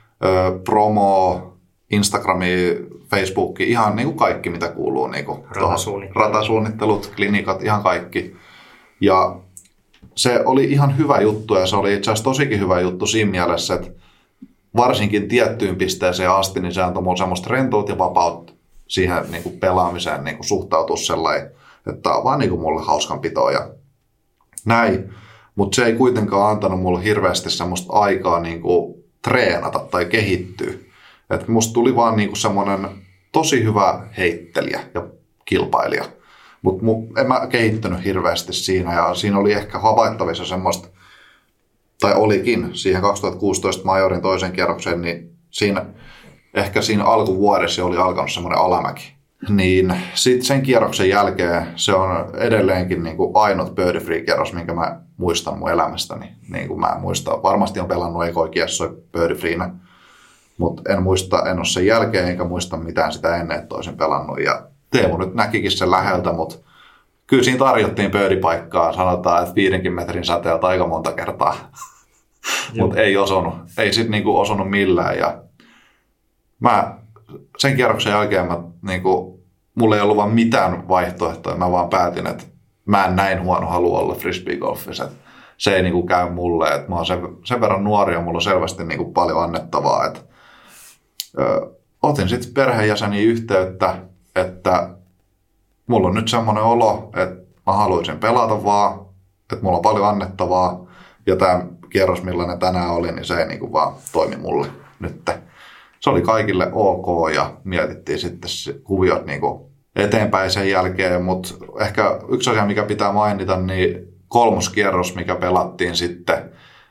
promoa, Instagramia, Facebookia, ihan niin kuin kaikki mitä kuuluu. Niin kuin ratasuunnittelut. Ratasuunnittelut, klinikat, ihan kaikki. Ja se oli ihan hyvä juttu ja se oli itse asiassa tosikin hyvä juttu siinä mielessä, että varsinkin tiettyyn pisteeseen asti, niin se antoi mulle semmoista rentoutta ja vapautta siihen niin kuin pelaamiseen niin kuin suhtautua sellainen, että tämä on vaan niin kuin mulle hauskanpitoa ja näin. Mutta se ei kuitenkaan antanut mulle hirveästi semmoista aikaa niin kuin treenata tai kehittyä. Et musta tuli vaan niin kuin semmoinen tosi hyvä heittelijä ja kilpailija. Mutta en mä kehittynyt hirveästi siinä ja siinä oli ehkä havaittavissa semmoista, tai olikin siihen kaksituhattakuusitoista majorin toisen kierroksen, niin siinä ehkä siinä alkuvuodessa oli alkanut semmoinen alamäki. Niin sitten sen kierroksen jälkeen se on edelleenkin niin kuin ainut Birdie Free-kierros, minkä mä muistan mun elämästäni. Niin kuin mä muistan, varmasti on pelannut ekoi kierrossa Birdie Freena, mutta en muista, en ole sen jälkeen enkä muista mitään sitä ennen, että olisin pelannut. Ja Teemu nyt näkikin sen läheltä, mutta kyllä siinä tarjottiin birdie-paikkaa, sanotaan, että viidenkin metrin säteeltä aika monta kertaa. Mutta ei osunut, ei sitten niinku osunut millään. Ja mä sen kierroksen jälkeen mä, niinku, mulla ei ollut vaan mitään vaihtoehtoja. Mä vaan päätin, että mä en näin huono halua olla frisbeegolfissa. Se ei niinku käy mulle. Et mä oon sen, sen verran nuori ja mulla on selvästi niinku paljon annettavaa. Et, ö, otin sitten perheenjäseniin yhteyttä, että mulla on nyt semmoinen olo, että mä haluaisin pelata vaan, että mulla on paljon annettavaa. Ja tämä kierros, millainen tänään oli, niin se ei niinku vaan toimi mulle nyt. Se oli kaikille ok ja mietittiin sitten kuviot niinku eteenpäin sen jälkeen, mutta ehkä yksi asia, mikä pitää mainita, niin kolmoskierros, mikä pelattiin sitten,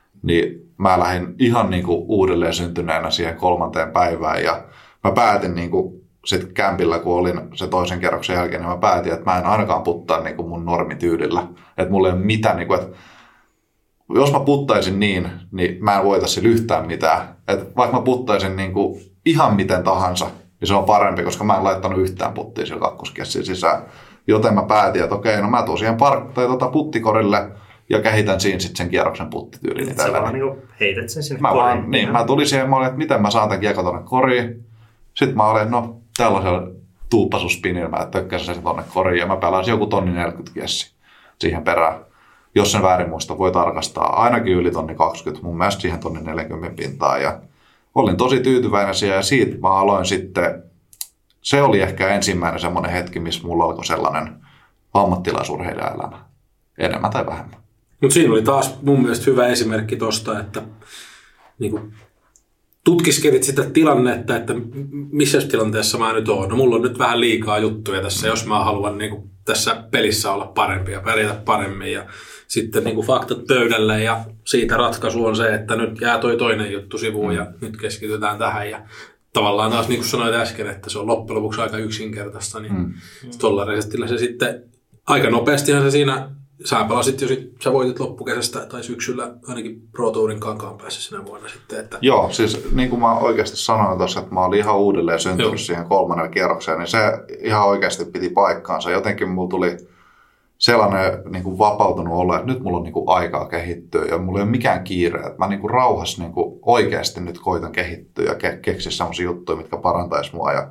niin mä lähdin ihan niinku uudelleen syntyneenä siihen kolmanteen päivään ja mä päätin niinku sitten kämpillä, kun olin se toisen kerroksen jälkeen, niin mä päätin, että mä en ainakaan puttaa niinku mun normityydillä. Että mulla ei ole mitään, niinku, että jos mä puttaisin niin, niin mä en voitaisi yhtään mitään. Että vaikka mä puttaisin niinku ihan miten tahansa, niin se on parempi, koska mä en laittanut yhtään puttia sillä kakkoskessin sisään. Joten mä päätin, että okei, no mä tuun siihen park- tai tota puttikorille ja kehitän siinä sitten sen kierroksen puttityylin. Sä vaan niinku heität sen sinne mä koriin. Vaan, niin, mä tulin siihen, mä olin, että miten mä saan tämän kiekon tonne koriin. Sitten mä olin, no tällaisella tuuppasuspinillä mä tökkäsin sen tonne koriin ja mä pelasin joku tonni neljäkymmentä kiessi siihen perään. Jos sen väärin muista, voi tarkastaa ainakin yli tonni kaksikymmentä, mun mielestä siihen tonni neljäkymmentä pintaa. Ja olin tosi tyytyväinen siihen ja siitä mä aloin sitten, se oli ehkä ensimmäinen semmoinen hetki, missä mulla alkoi sellainen ammattilaisurheilijaelämä, enemmän tai vähemmän. Mutta siinä oli taas mun mielestä hyvä esimerkki tosta, että niin kuin tutkiskelit sitä tilannetta, että missä tilanteessa mä nyt oon. No mulla on nyt vähän liikaa juttuja tässä, jos mä haluan niin kuin tässä pelissä olla parempi ja pärjätä paremmin. Ja sitten niin kuin faktat pöydälle ja siitä ratkaisu on se, että nyt jää toi toinen juttu sivuun ja nyt keskitytään tähän. Ja tavallaan taas niin kuin sanoit äsken, että se on loppujen lopuksi aika yksinkertaista, niin mm. tuolla reseptillä se sitten aika nopeastihan se siinä. Sä pelasit jo, sit, sä voitit loppukesästä tai syksyllä ainakin Pro Tourin kankaan päässä sinä vuonna sitten. Että... Joo, siis niin kuin mä oikeasti sanoin tuossa, että mä olin ihan uudelleen syntynyt siihen kolmannelle kierrokseen, niin se ihan oikeasti piti paikkaansa. Jotenkin mulla tuli sellainen niin kuin vapautunut olo, että nyt mulla on niin kuin aikaa kehittyä ja mulla ei ole mikään kiire. Että mä niin kuin rauhassa niin kuin oikeasti nyt koitan kehittyä ja ke- keksiä sellaisia juttuja, mitkä parantaisi mua. Ja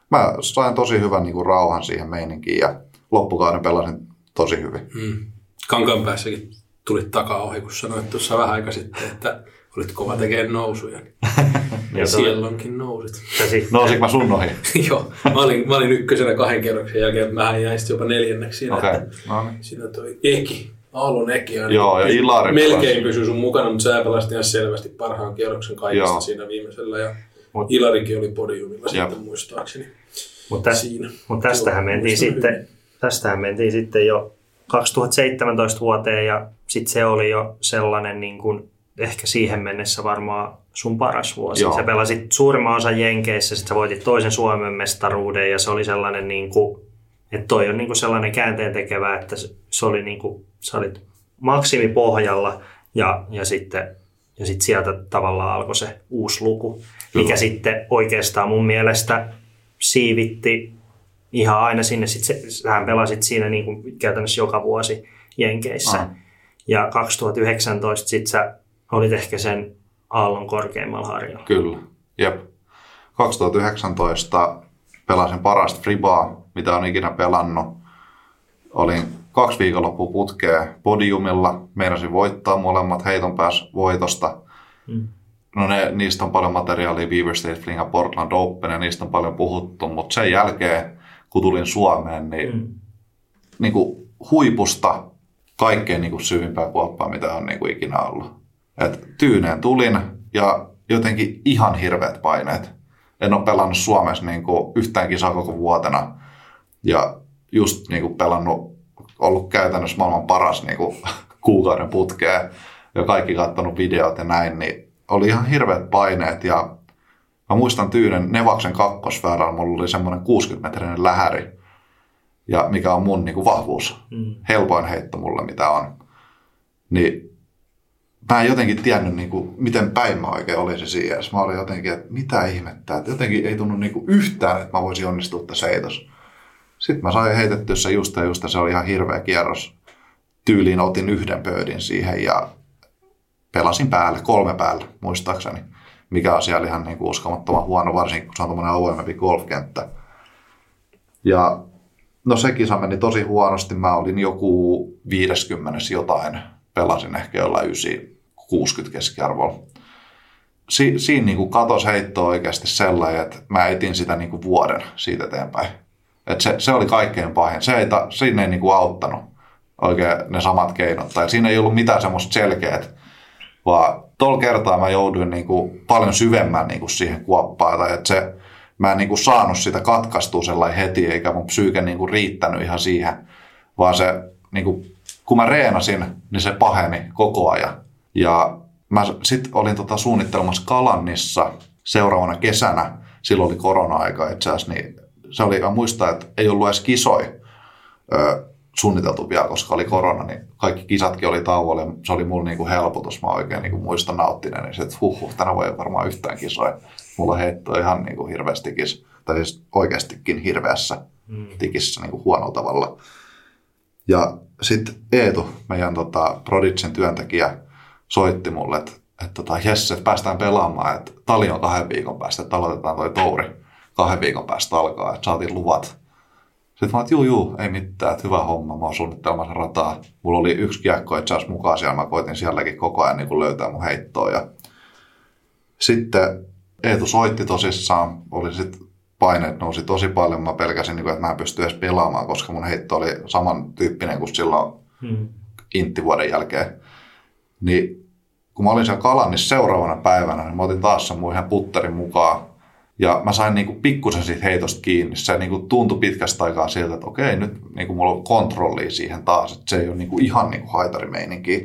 mä sain tosi hyvän niin kuin rauhan siihen meininkiin ja loppukauden pelasin tosi hyvin. Mm. Kankaanpäässäkin tulit takaa ohi, kun sanoit tuossa vähän aika sitten, että olit kova tekemään nousuja. Ja silloinkin nousit. Nousinko mä sun ohi? Joo, mä olin, mä olin ykkösenä kahden kerroksen jälkeen, mä jäin sitten jopa neljänneksi siinä. Okay. No niin. Siinä toi Eki, Aallon Eki ainakin. Joo, ja Ilari melkein pysyi sun mukana, mutta sä pelasit ihan selvästi parhaan kierroksen kaikista Joo. siinä viimeisellä. Ja Mut, Ilarikin oli podiumilla Jep. sitten muistaakseni. Mutta mut tästähän, mentiin sitten, tästähän mentiin sitten jo kaksituhattaseitsemäntoista vuoteen ja sitten se oli jo sellainen niin kuin ehkä siihen mennessä varmaan sun paras vuosi. Joo. Sä pelasit suurimman osan Jenkeissä, sitten sä voitit toisen Suomen mestaruuden ja se oli sellainen, niin kuin, että toi on niin kuin sellainen käänteentekevä, että se oli niin kuin, sä olit maksimipohjalla ja, ja, sitten, ja sitten sieltä tavallaan alkoi se uusi luku, Kyllä. mikä sitten oikeastaan mun mielestä siivitti ihan aina sinne. Sitten sähän pelasit siinä niin kuin käytännössä joka vuosi Jenkeissä. Ah. Ja kaksituhattayhdeksäntoista sitten sä olit ehkä sen aallon korkeimmalla harjalla. Kyllä, jep. kaksituhattayhdeksäntoista pelasin parasta fribaa, mitä olen ikinä pelannut. Olin kaksi viikonloppua putkea podiumilla. Meinasin voittaa molemmat heiton päässä voitosta. Mm. No ne, niistä on paljon materiaalia, Beaver State Fling ja Portland Open, ja niistä on paljon puhuttu. Mutta sen jälkeen, kun tulin Suomeen, niin, mm. niin kuin huipusta kaikkein niin kuin syvimpää kuoppaa, mitä on niin kuin ikinä ollut. Et tyyneen tulin ja jotenkin ihan hirveät paineet. En ole pelannut Suomessa niin kuin yhtään kisaa koko vuotena ja just niin kuin pelannut, ollut käytännössä maailman paras niin kuin kuukauden putkeen ja kaikki katsonut videot ja näin, niin oli ihan hirveät paineet ja mä muistan Tyynen Nevaksen kakkosväyrällä, mulla oli semmoinen kuusikymmentä-metrinen lähäri, ja mikä on mun niin kuin vahvuus, mm. helpoin heitto mulle mitä on. Niin mä en jotenkin tiennyt, niin kuin, miten päin mä oikein olisin siihen. Mä olin jotenkin, että mitä ihmettä, että jotenkin ei tunnu niin kuin yhtään, että mä voisin onnistua tässä heitossa. Sitten mä sain heitettyä se just ja just, ja se oli ihan hirveä kierros. Tyyliin otin yhden pöydin siihen ja pelasin päälle, kolme päälle muistaakseni. Mikä asia oli ihan niin kuin uskomattoman huono, varsinkin kun se on tommoinen avoimempi golfkenttä. Ja no se kisa meni tosi huonosti. Mä olin joku viisikymmentä jotain. Pelasin ehkä jollain yhdeksänkymmentä kuusikymmentä keskiarvolla. Si- siinä niin kuin katosi heitto oikeasti sellainen, että mä etin sitä niin kuin vuoden siitä eteenpäin. Et se, se oli kaikkein pahin. Se ei ta- siinä ei niin kuin auttanut oikein ne samat keinot. Tai siinä ei ollut mitään semmoista selkeät, vaan tuolla kertaa mä jouduin niin kuin paljon syvemmän niin kuin siihen kuoppaan. Tai että se, mä en niin kuin saanut sitä katkaistua sellainen heti, eikä mun psyyke niin kuin riittänyt ihan siihen, vaan se niin kuin kun mä reenasin, niin se paheni koko ajan. Ja mä sit olin tota suunnittelemassa Kalannissa seuraavana kesänä. Silloin oli korona-aika itse asiassa. Niin se oli, mä muistan, että ei ollut edes kisoi ö, suunniteltu vielä, koska oli korona. Niin kaikki kisatkin oli tauolla. Se oli mulla niinku helpotus. Mä oikein niinku muistan nauttinen. Niin että huh, huh, tänä voi varmaan yhtään kisoja. Mulla heitto ihan niinku hirveässä tikissä. Tai siis oikeastikin hirveässä mm. tikissä niinku huonolla tavalla. Ja sitten Eetu, meidän tota, Prodigyn työntekijä, soitti mulle, että et, tota, jes, et päästään pelaamaan, että tali on kahden viikon päästä, että aloitetaan toi touri kahden viikon päästä alkaa, että saatiin luvat. Sitten mä oon, että juu, juu, ei mitään, että hyvä homma, mä oon suunnittelemassa rataa. Mulla oli yksi kiekko itse asiassa mukaan siellä, mä koitin sielläkin koko ajan niin löytää mun heittoa. Ja sitten Eetu soitti tosissaan, oli sitten paineet nousi tosi paljon. Mä pelkäsin, että mä en pysty edes pelaamaan, koska mun heitto oli samantyyppinen kuin silloin hmm. inttivuoden jälkeen. Niin kun mä olin siellä Kalannissa seuraavana päivänä, niin mä otin taas sen mun ihan putterin mukaan. Ja mä sain niinku pikkusen siitä heitosta kiinni. Se niinku tuntui pitkästä aikaa siltä, että okei, nyt niinku mulla on kontrollia siihen taas. Että se ei ole niinku ihan niinku haitarimeininkiä.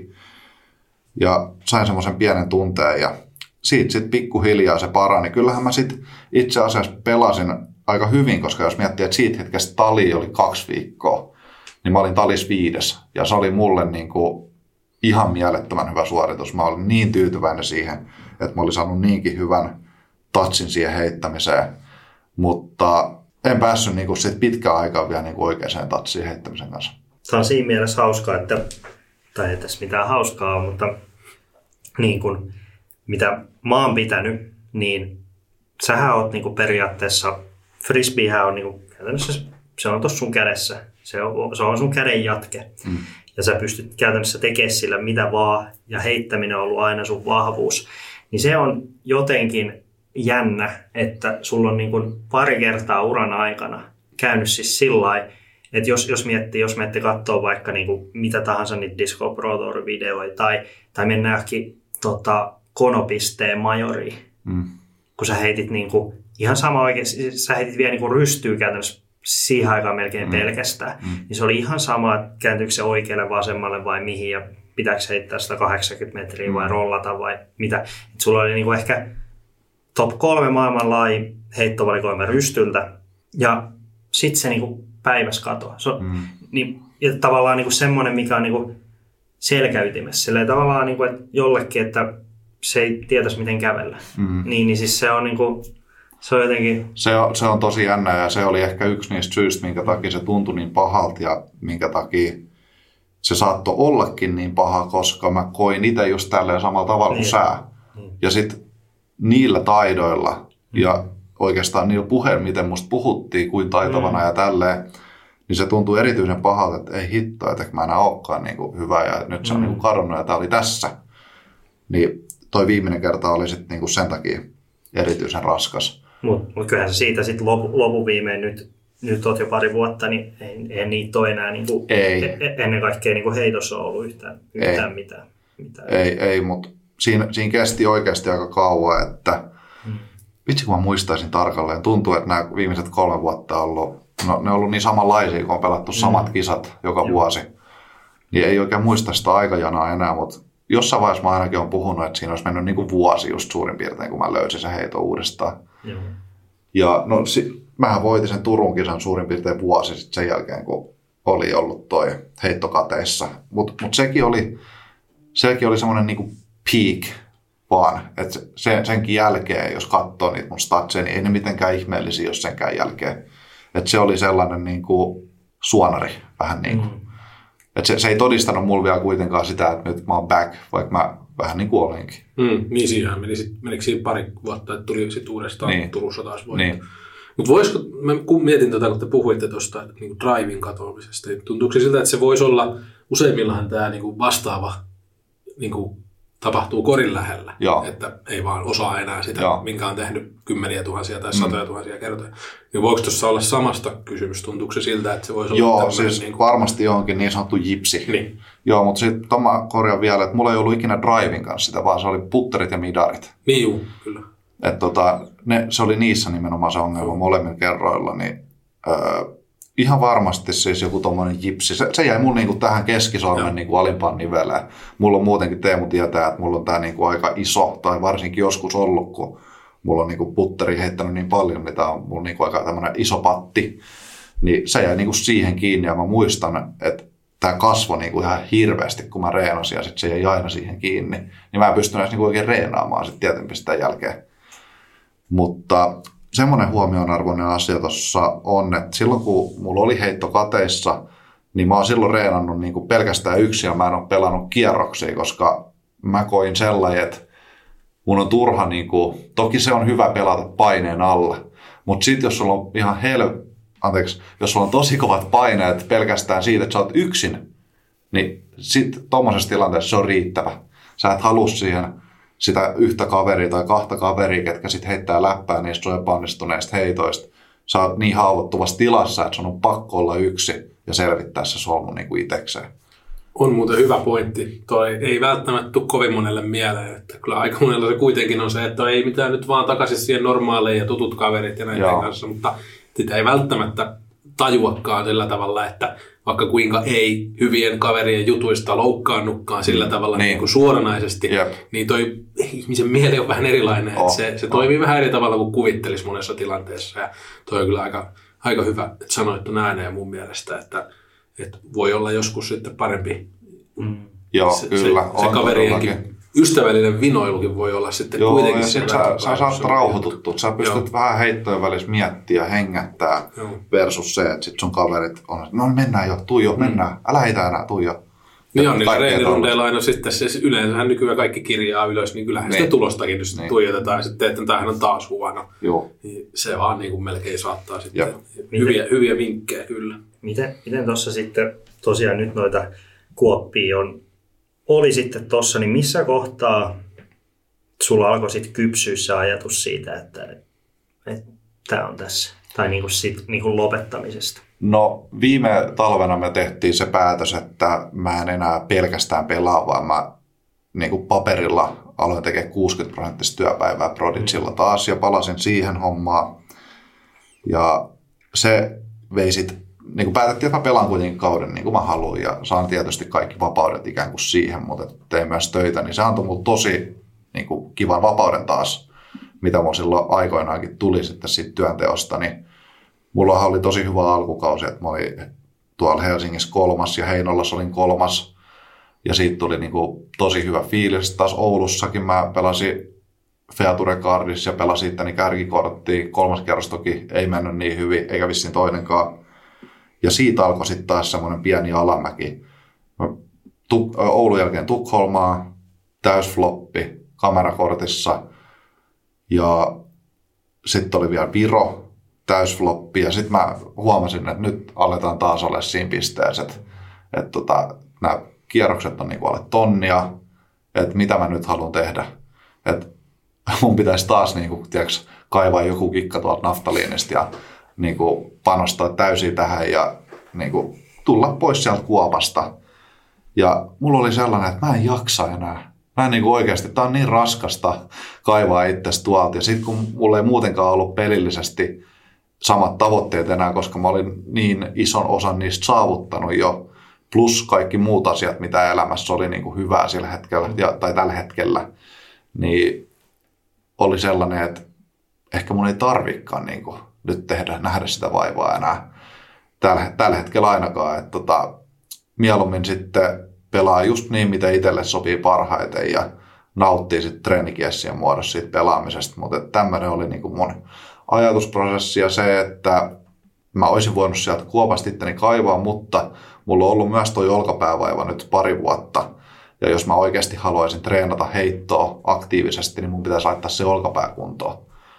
Ja sain semmoisen pienen tunteen ja siitä sitten pikkuhiljaa se parani. Kyllähän mä sitten itse asiassa pelasin aika hyvin, koska jos miettii, että siitä hetkestä tali oli kaksi viikkoa, niin mä olin talis viides. Ja se oli mulle niinku ihan mielettömän hyvä suoritus. Mä olin niin tyytyväinen siihen, että mä olin saanut niinkin hyvän touchin siihen heittämiseen. Mutta en päässyt niinku sit pitkään aikaa vielä niinku oikeaan touchiin heittämisen kanssa. Tämä on siinä mielessä hauskaa, että, tai ei tässä mitään hauskaa, mutta niin kuin mitä mä oon pitänyt, niin sähän oot niinku periaatteessa frisbeehän on niinku, käytännössä se on tuossa sun kädessä. Se on, se on sun käden jatke. Mm. Ja sä pystyt käytännössä tekemään sillä mitä vaan. Ja heittäminen on ollut aina sun vahvuus. Niin se on jotenkin jännä, että sulla on niinku pari kertaa uran aikana käynyt siis sillä että jos, jos miettii, jos miettii katsoa vaikka niinku mitä tahansa niitä Disco Pro Tour-videoita tai, tai mennään johonkin tota, konopisteen majoriin, mm. kun sä heitit niinku, ihan sama oikein, sä heitit vielä niinku rystyy käytännössä siihen aikaan melkein mm. pelkästään, mm. niin se oli ihan sama, että kääntyykö se oikealle, vasemmalle vai mihin ja pitääkö heittää sitä kahdeksankymmentä metriä mm. vai rollata vai mitä. Et sulla oli niinku ehkä top kolme maailmanlaaji heittovalikoima rystyltä ja sitten se niinku päiväs katoaa. So, mm. niin, ja tavallaan niinku semmoinen, mikä on niinku selkäytimessä. Silleen tavallaan niinku, että jollekin, että se ei tietäisi miten kävellä. Mm. Niin, niin siis se on niinku, se on jotenkin... Se on, se on tosi jännä ja se oli ehkä yksi niistä syistä, minkä takia se tuntui niin pahalta ja minkä takia se saattoi ollakin niin paha, koska mä koin itse just tälleen samalla tavalla kuin niin. sä. Niin. Ja sitten niillä taidoilla mm. ja oikeastaan niillä puheilla, miten musta puhuttiin, kuin taitavana mm. ja tälleen, niin se tuntui erityisen pahalta, että ei hitto, että mä enää olekaan niin kuin hyvä ja nyt se on mm. niin kuin kadonnut ja tää oli tässä. Niin toi viimeinen kerta oli sitten niin kuin sen takia erityisen raskas. Mutta mut kyllähän se siitä sitten lopu, lopuviimein nyt, nyt oot jo pari vuotta, niin ei, ei niitä ole enää niin kuin, ei. E, ennen kaikkea niin kuin heitossa on ollut yhtään, yhtään ei. mitään. mitään. Ei, ei mutta siinä, siinä kesti oikeasti aika kauan, että hmm. vitsi kun mä muistaisin tarkalleen. Tuntuu, että nämä viimeiset kolme vuotta on ollut, no, ne on ollut niin samanlaisia, kun on pelattu hmm. samat kisat joka Joo. vuosi. Niin ei oikein muista sitä aikajanaa enää, mutta jossain vaiheessa mä ainakin olen puhunut, että siinä olisi mennyt niin kuin vuosi just suurin piirtein, kun mä löysin sen heiton uudestaan. Joo. Ja no, si- mähän voitin sen Turun kisan suurin piirtein vuosi sitten sen jälkeen, kun oli ollut toi heittokateissa. Mutta mut sekin oli, sekin oli semmoinen niin kuin peak vaan, että se, senkin jälkeen, jos katsoo niitä mun statseja, niin ei ne mitenkään ihmeellisiä, jos senkään jälkeen. Että se oli sellainen niin kuin suonari vähän niin kuin. Mm. Että se, se ei todistanut mulle vielä kuitenkaan sitä, että nyt mä oon back, vaikka mä vähän niin kuin olinkin. Mm, niin siihenhän meni sit, menikö siinä pari vuotta, että tuli sitten uudestaan niin. Turussa taas voittaa. Niin. Mutta voisiko, mä kun mietin tätä, kun te puhuitte tuosta niin drivin katoamisesta, niin tuntuuko siltä, että se voisi olla, useimmillahan tämä niin vastaava niin kuin tapahtuu korin lähellä, Joo. että ei vaan osaa enää sitä, Joo. minkä on tehnyt kymmeniä tuhansia tai satoja mm. tuhansia kertoja. Niin voiko tuossa olla samasta kysymys? Tuntuuko se siltä, että se voisi Joo, olla siis niin kuin... varmasti johonkin niin sanottu jipsi. Niin. Joo, mutta sitten mä korjaan vielä, että mulla ei ollut ikinä drivin kanssa sitä, vaan se oli putterit ja midarit. Niin juu, kyllä. Että tota, ne, se oli niissä nimenomaan se ongelma molemmilla kerroilla, niin öö, ihan varmasti siis joku tommoinen jipsi. Se, se jäi mulla niinku tähän keskisormen niinku alimpaan niveleen. Mulla on muutenkin, Teemu tietää, että mulla on tää niinku aika iso, tai varsinkin joskus ollut, kun mulla on niinku putteri heittänyt niin paljon, niin tää on mulla niinku aika tämmönen iso patti. Niin se jäi niinku siihen kiinni, ja mä muistan, että tää kasvoi niinku ihan hirveästi, kun mä reenasin, ja sit se jäi aina siihen kiinni. Niin mä en pystynyt edes niinku oikein reenaamaan sit tietenkin sitä jälkeen. Mutta semmoinen huomionarvoinen asia tuossa on, että silloin kun mulla oli heitto kateissa, niin mä oon silloin reenannut niin kuin pelkästään yksin ja mä en ole pelannut kierroksia, koska mä koin sellainen, että mun on turha, niin kuin, toki se on hyvä pelata paineen alla, mutta sitten jos sulla on ihan hel... Anteeksi, jos sulla on tosi kovat paineet pelkästään siitä, että sä oot yksin, niin sitten tuommoisessa tilanteessa se on riittävä. Sä et halua siihen sitä yhtä kaveria tai kahta kaveria, ketkä sitten heittää läppää niistä sun epäonnistuneista heitoista. Sä oot niin haavoittuvassa tilassa, että sun on pakko olla yksi ja selvittää se solmu niin kuin itsekseen. On muuten hyvä pointti. Toi ei välttämättä tule kovin monelle mieleen. Että kyllä aika monella se kuitenkin on se, että ei mitään nyt vaan takaisin siihen normaaliin ja tutut kaverit ja näiden Joo. kanssa, mutta sitä ei välttämättä tajuakaan sillä tavalla, että vaikka kuinka ei hyvien kaverien jutuista loukkaannutkaan sillä tavalla niin. Niin kuin suoranaisesti, Jep. niin toi ihmisen mieli on vähän erilainen. Oh. Että se, se toimii oh. vähän eri tavalla kuin kuvittelisi monessa tilanteessa. Ja toi on kyllä aika, aika hyvä, että sanoit tuon ääneen mun mielestä, että, että voi olla joskus sitten parempi. Mm. Joo, se, kyllä. Se, se kaverienkin ystävällinen vinoilukin voi olla sitten Joo, kuitenkin. Joo, sä, sä, sä saat rauhoituttua. Sä pystyt Joo. vähän heittojen välissä miettiä ja hengättää Joo. versus se, että sit sun kaverit on, no mennään jo, tuu jo, mm. mennään, älä heitä enää, tuu jo. Niin on, niillä reenirundeilla aina sitten se yleensähän nykyään kaikki kirjaa ylös, niin kyllähän niin. Sitä tulostakin nyt niin. Tuijotetaan ja sitten, että tämähän on taas huono. Joo. Niin se vaan niin kuin melkein saattaa sitten. Hyviä, hyviä vinkkejä kyllä. Miten, miten tuossa sitten tosiaan nyt noita kuoppia on, oli sitten tuossa, niin missä kohtaa sulla alkoi sitten kypsyä se ajatus siitä, että, että tämä on tässä, tai niin kuin sit, niin kuin lopettamisesta? No viime talvena me tehtiin se päätös, että mä en enää pelkästään pelaa, vaan mä niin kuin paperilla aloin tekemään kuusikymmentä prosenttista työpäivää Prodigilla taas ja palasin siihen hommaan. Ja se vei sit, niin kuin päätettiin, että mä pelaan kuitenkin kauden niin kuin mä haluan ja saan tietysti kaikki vapaudet ikään kuin siihen, mutta tein myös töitä, niin se antoi mulle tosi niin kuin kivan vapauden taas, mitä mulla silloin aikoinaankin tuli sitten siitä työnteosta, niin mulla oli tosi hyvä alkukausi, että mä olin tuolla Helsingissä kolmas ja Heinolassa olin kolmas. Ja siitä tuli niinku tosi hyvä fiilis. Taas Oulussakin mä pelasin Feature Cardissa ja pelasin itteni kärkikorttia. Kolmas kerros toki ei mennyt niin hyvin, eikä vissiin toinenkaan. Ja siitä alkoi sitten taas semmoinen pieni alamäki. Tuk- Oulun jälkeen Tukholmaa, täysfloppi kamerakortissa. Ja sitten oli vielä Viro. Täysfloppi ja sitten mä huomasin, että nyt aletaan taas olla siinä pisteessä, että, että tota, nämä kierrokset on niinku alle tonnia, että mitä mä nyt haluan tehdä. Että mun pitäisi taas niinku, tiiäks, kaivaa joku kikka tuolta naftaliinista ja niinku, panostaa täysin tähän ja niinku, tulla pois sieltä kuopasta. Ja mulla oli sellainen, että mä en jaksa enää. Mä en niinku oikeasti, tää on niin raskasta kaivaa itsestä tuolta ja sitten kun mulla ei muutenkaan ollut pelillisesti samat tavoitteet enää, koska mä olin niin ison osan niistä saavuttanut jo, plus kaikki muut asiat, mitä elämässä oli niin kuin hyvää sillä hetkellä, ja, tai tällä hetkellä, niin oli sellainen, että ehkä mun ei tarvikaan niin kuin nyt tehdä, nähdä sitä vaivaa enää tällä, tällä hetkellä ainakaan. Että tota, mieluummin sitten pelaa just niin, mitä itselle sopii parhaiten, ja nauttii sitten treenikiessien muodossa siitä pelaamisesta, mutta tämmöinen oli niin kuin mun ajatusprosessi ja se, että mä olisin voinut sieltä kuopasta itteni kaivaa, mutta mulla on ollut myös toi olkapäävaiva nyt pari vuotta. Ja jos mä oikeasti haluaisin treenata heittoa aktiivisesti, niin mun pitäisi laittaa se olkapää kuntoon.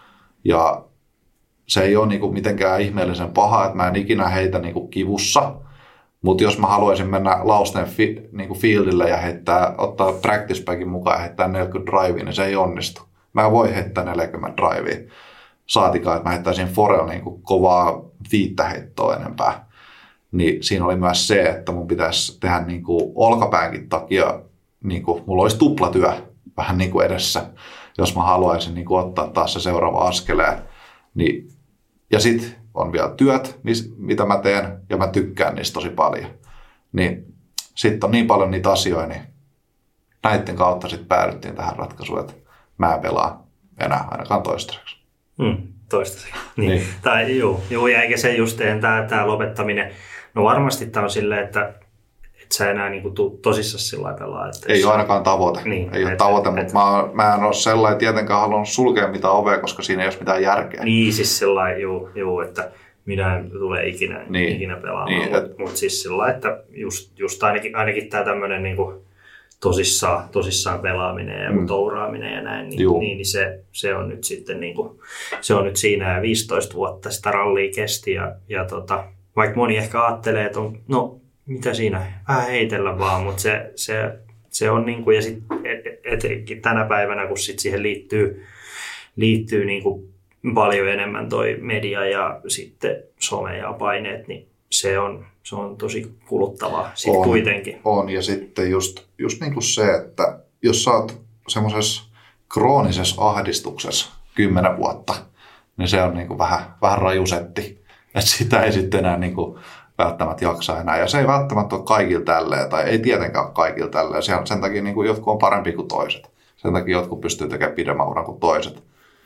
Ja se ei ole niinku mitenkään ihmeellisen paha, että mä en ikinä heitä niinku kivussa. Mutta jos mä haluaisin mennä Lausten fi, niinku fieldille ja heittää, ottaa practice packin mukaan ja heittää neljäkymmentä drivea, niin se ei onnistu. Mä en voi heittää neljäkymmentä drivea. Saatikaan, että mä heittäisin forella niin kuin kovaa viittäheittoa enempää. Niin siinä oli myös se, että mun pitäisi tehdä niin kuin olkapäänkin takia, niin kuin mulla olisi tuplatyö vähän niin kuin edessä, jos mä haluaisin niin kuin ottaa taas se seuraava askeleen. Niin, ja sitten on vielä työt, mitä mä teen, ja mä tykkään niistä tosi paljon. Niin sitten on niin paljon niitä asioita, niin näiden kautta sitten päädyttiin tähän ratkaisuun, että mä en pelaa enää ainakaan toistaiseksi. Hmm, toistaiseksi. Niin. Niin. Tai juu, juu, ja eikä se just tämä, tämä lopettaminen. No varmasti tämä on silleen, että et sä enää niinku tuu tosissaan sillä lailla pelaa. Että ei ole ainakaan tavoite. Niin, ei et, ole tavoite, et, mutta mä, mä en ole sellainen tietenkään halunnut sulkea mitään ovea, koska siinä ei ole mitään järkeä. Niin, siis sellainen, juu, juu, että minä en tule ikinä, niin, ikinä pelaamaan. Niin, mutta et, mut siis sellainen, että just, just ainakin, ainakin tämä tämmöinen niinku tosissaan, tosissaan pelaaminen ja mm. touraaminen ja näin, niin, niin, niin se, se, on nyt sitten niinku, se on nyt siinä ja viisitoista vuotta sitä rallia kesti ja, ja tota, vaikka moni ehkä ajattelee, että on, no mitä siinä, vähän heitellä vaan, mutta se, se, se on niinku, ja sitten etenkin tänä päivänä, kun sit siihen liittyy, liittyy niinku paljon enemmän toi media ja sitten some ja paineet, niin se on, se on tosi kuluttavaa sitten kuitenkin. On, ja sitten just, just niin kuin se, että jos sä oot semmoisessa kroonisessa ahdistuksessa kymmenen vuotta, niin se on niin kuin vähän, vähän rajusetti, että sitä ei sitten enää niin kuin välttämättä jaksa enää. Ja se ei välttämättä ole kaikilla tälleen, tai ei tietenkään ole kaikilla tälleen. Sen takia niin kuin jotkut on parempi kuin toiset. Sen takia jotkut pystyy tekemään pidemmän uran kuin toiset.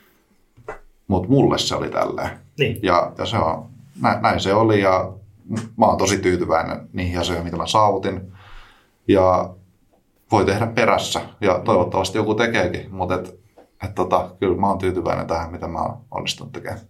Mutta mulle se oli tälleen. Niin. Ja, ja se on, näin, näin se oli, ja mä oon tosi tyytyväinen niihin asioihin, mitä mä saavutin. Ja voi tehdä perässä, ja toivottavasti joku tekeekin. Mutta et, et tota, kyllä mä oon tyytyväinen tähän, mitä mä oon onnistunut tekemään.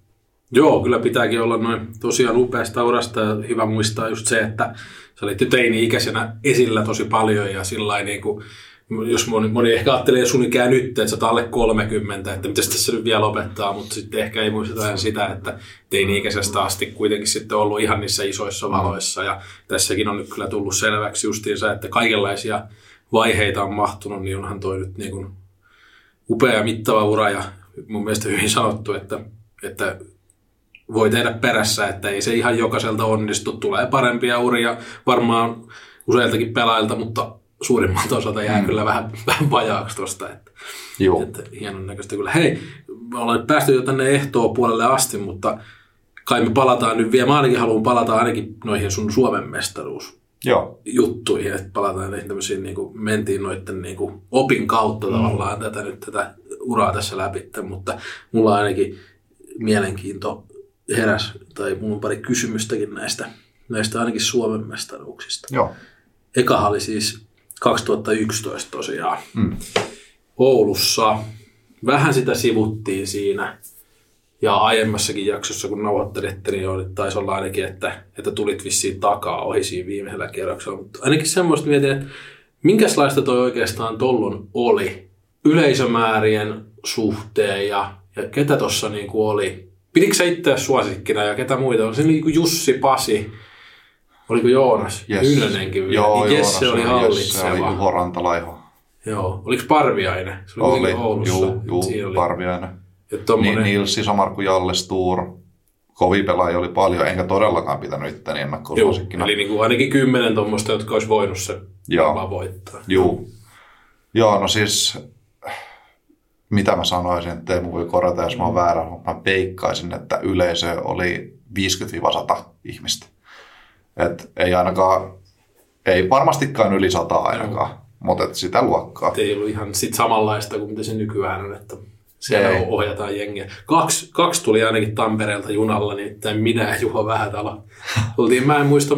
Joo, kyllä pitääkin olla noin tosiaan upeasta urasta ja hyvä muistaa just se, että sä olit jo teini-ikäisenä esillä tosi paljon ja sillain niin kuin, jos moni, moni ehkä ajattelee sun ikää nyt, että sä oot alle kolmekymmentä, että mitä tässä nyt vielä opettaa, mutta sitten ehkä ei muisteta sitä, että teini-ikäisestä asti kuitenkin sitten ollut ihan niissä isoissa valoissa ja tässäkin on nyt kyllä tullut selväksi justiinsa, että kaikenlaisia vaiheita on mahtunut, niin onhan toi nyt niin kuin upea ja mittava ura ja mun mielestä hyvin sanottu, että, että voi tehdä perässä, että ei se ihan jokaiselta onnistu. Tulee parempia uria varmaan useiltakin pelaajilta, mutta suurimmalta osalta jää mm. kyllä vähän, vähän vajaaksi tuosta. Että, että hienon näköistä kyllä. Hei, me ollaan päästy jo tänne ehtoo puolelle asti, mutta kai me palataan nyt vielä. Mä ainakin haluan palata ainakin noihin sun Suomen mestaruusjuttuihin. Että palataan näihin tämmöisiin, niin kuin mentiin noitten niin kuin opin kautta mm. tavallaan tätä, nyt tätä uraa tässä läpi. Mutta mulla ainakin mielenkiinto heräs, tai mulla on pari kysymystäkin näistä, näistä ainakin Suomen mestaruuksista. Joo. Ekahan oli siis kaksituhattayksitoista tosiaan mm. Oulussa. Vähän sitä sivuttiin siinä. Ja aiemmassakin jaksossa, kun nauhoittelitte, niin taisi olla ainakin, että, että tulit vissiin takaa ohi siinä viimeisellä kierroksella. Mutta ainakin semmoista mietin, että minkälaista toi oikeastaan tollon oli yleisömäärien suhteen ja, ja ketä tuossa niinku oli. Pidikö sä itse suosikkina ja ketä muita? Oli se niin kuin Jussi, Pasi, oliko Joonas, yes. Ynönenkin vielä? Joo, niin Joonas Jesse oli hallitseva. Jesse oli Juho Rantalaiho. Joo, oliko Parviainen? Se oli, oli juu, juu Parviainen. Tommonen... Niin, Nils Isomarkku, Jalle Stuur. Kovia pelaajia oli paljon, enkä todellakaan pitänyt itteni ennakkosuosikkina. Eli niin kuin ainakin kymmenen tuommoista, jotka olisi voinut se varmaan voittaa. Joo. Joo, no siis... Mitä mä sanoisin, että Teemu voi korjata, jos mä oon väärä, mutta mä peikkaisin, että yleisö oli viisikymmentä sata ihmistä. Et ei ainakaan, ei varmastikaan yli sata ainakaan, no. mutta et sitä luokkaa. Ei ollut ihan sit samanlaista kuin mitä se nykyään on, että siellä ei. ohjataan jengiä. Kaksi, kaksi tuli ainakin Tampereelta junalla, nimittäin minä ja Juho Vähätalo. Oltiin, mä en muista,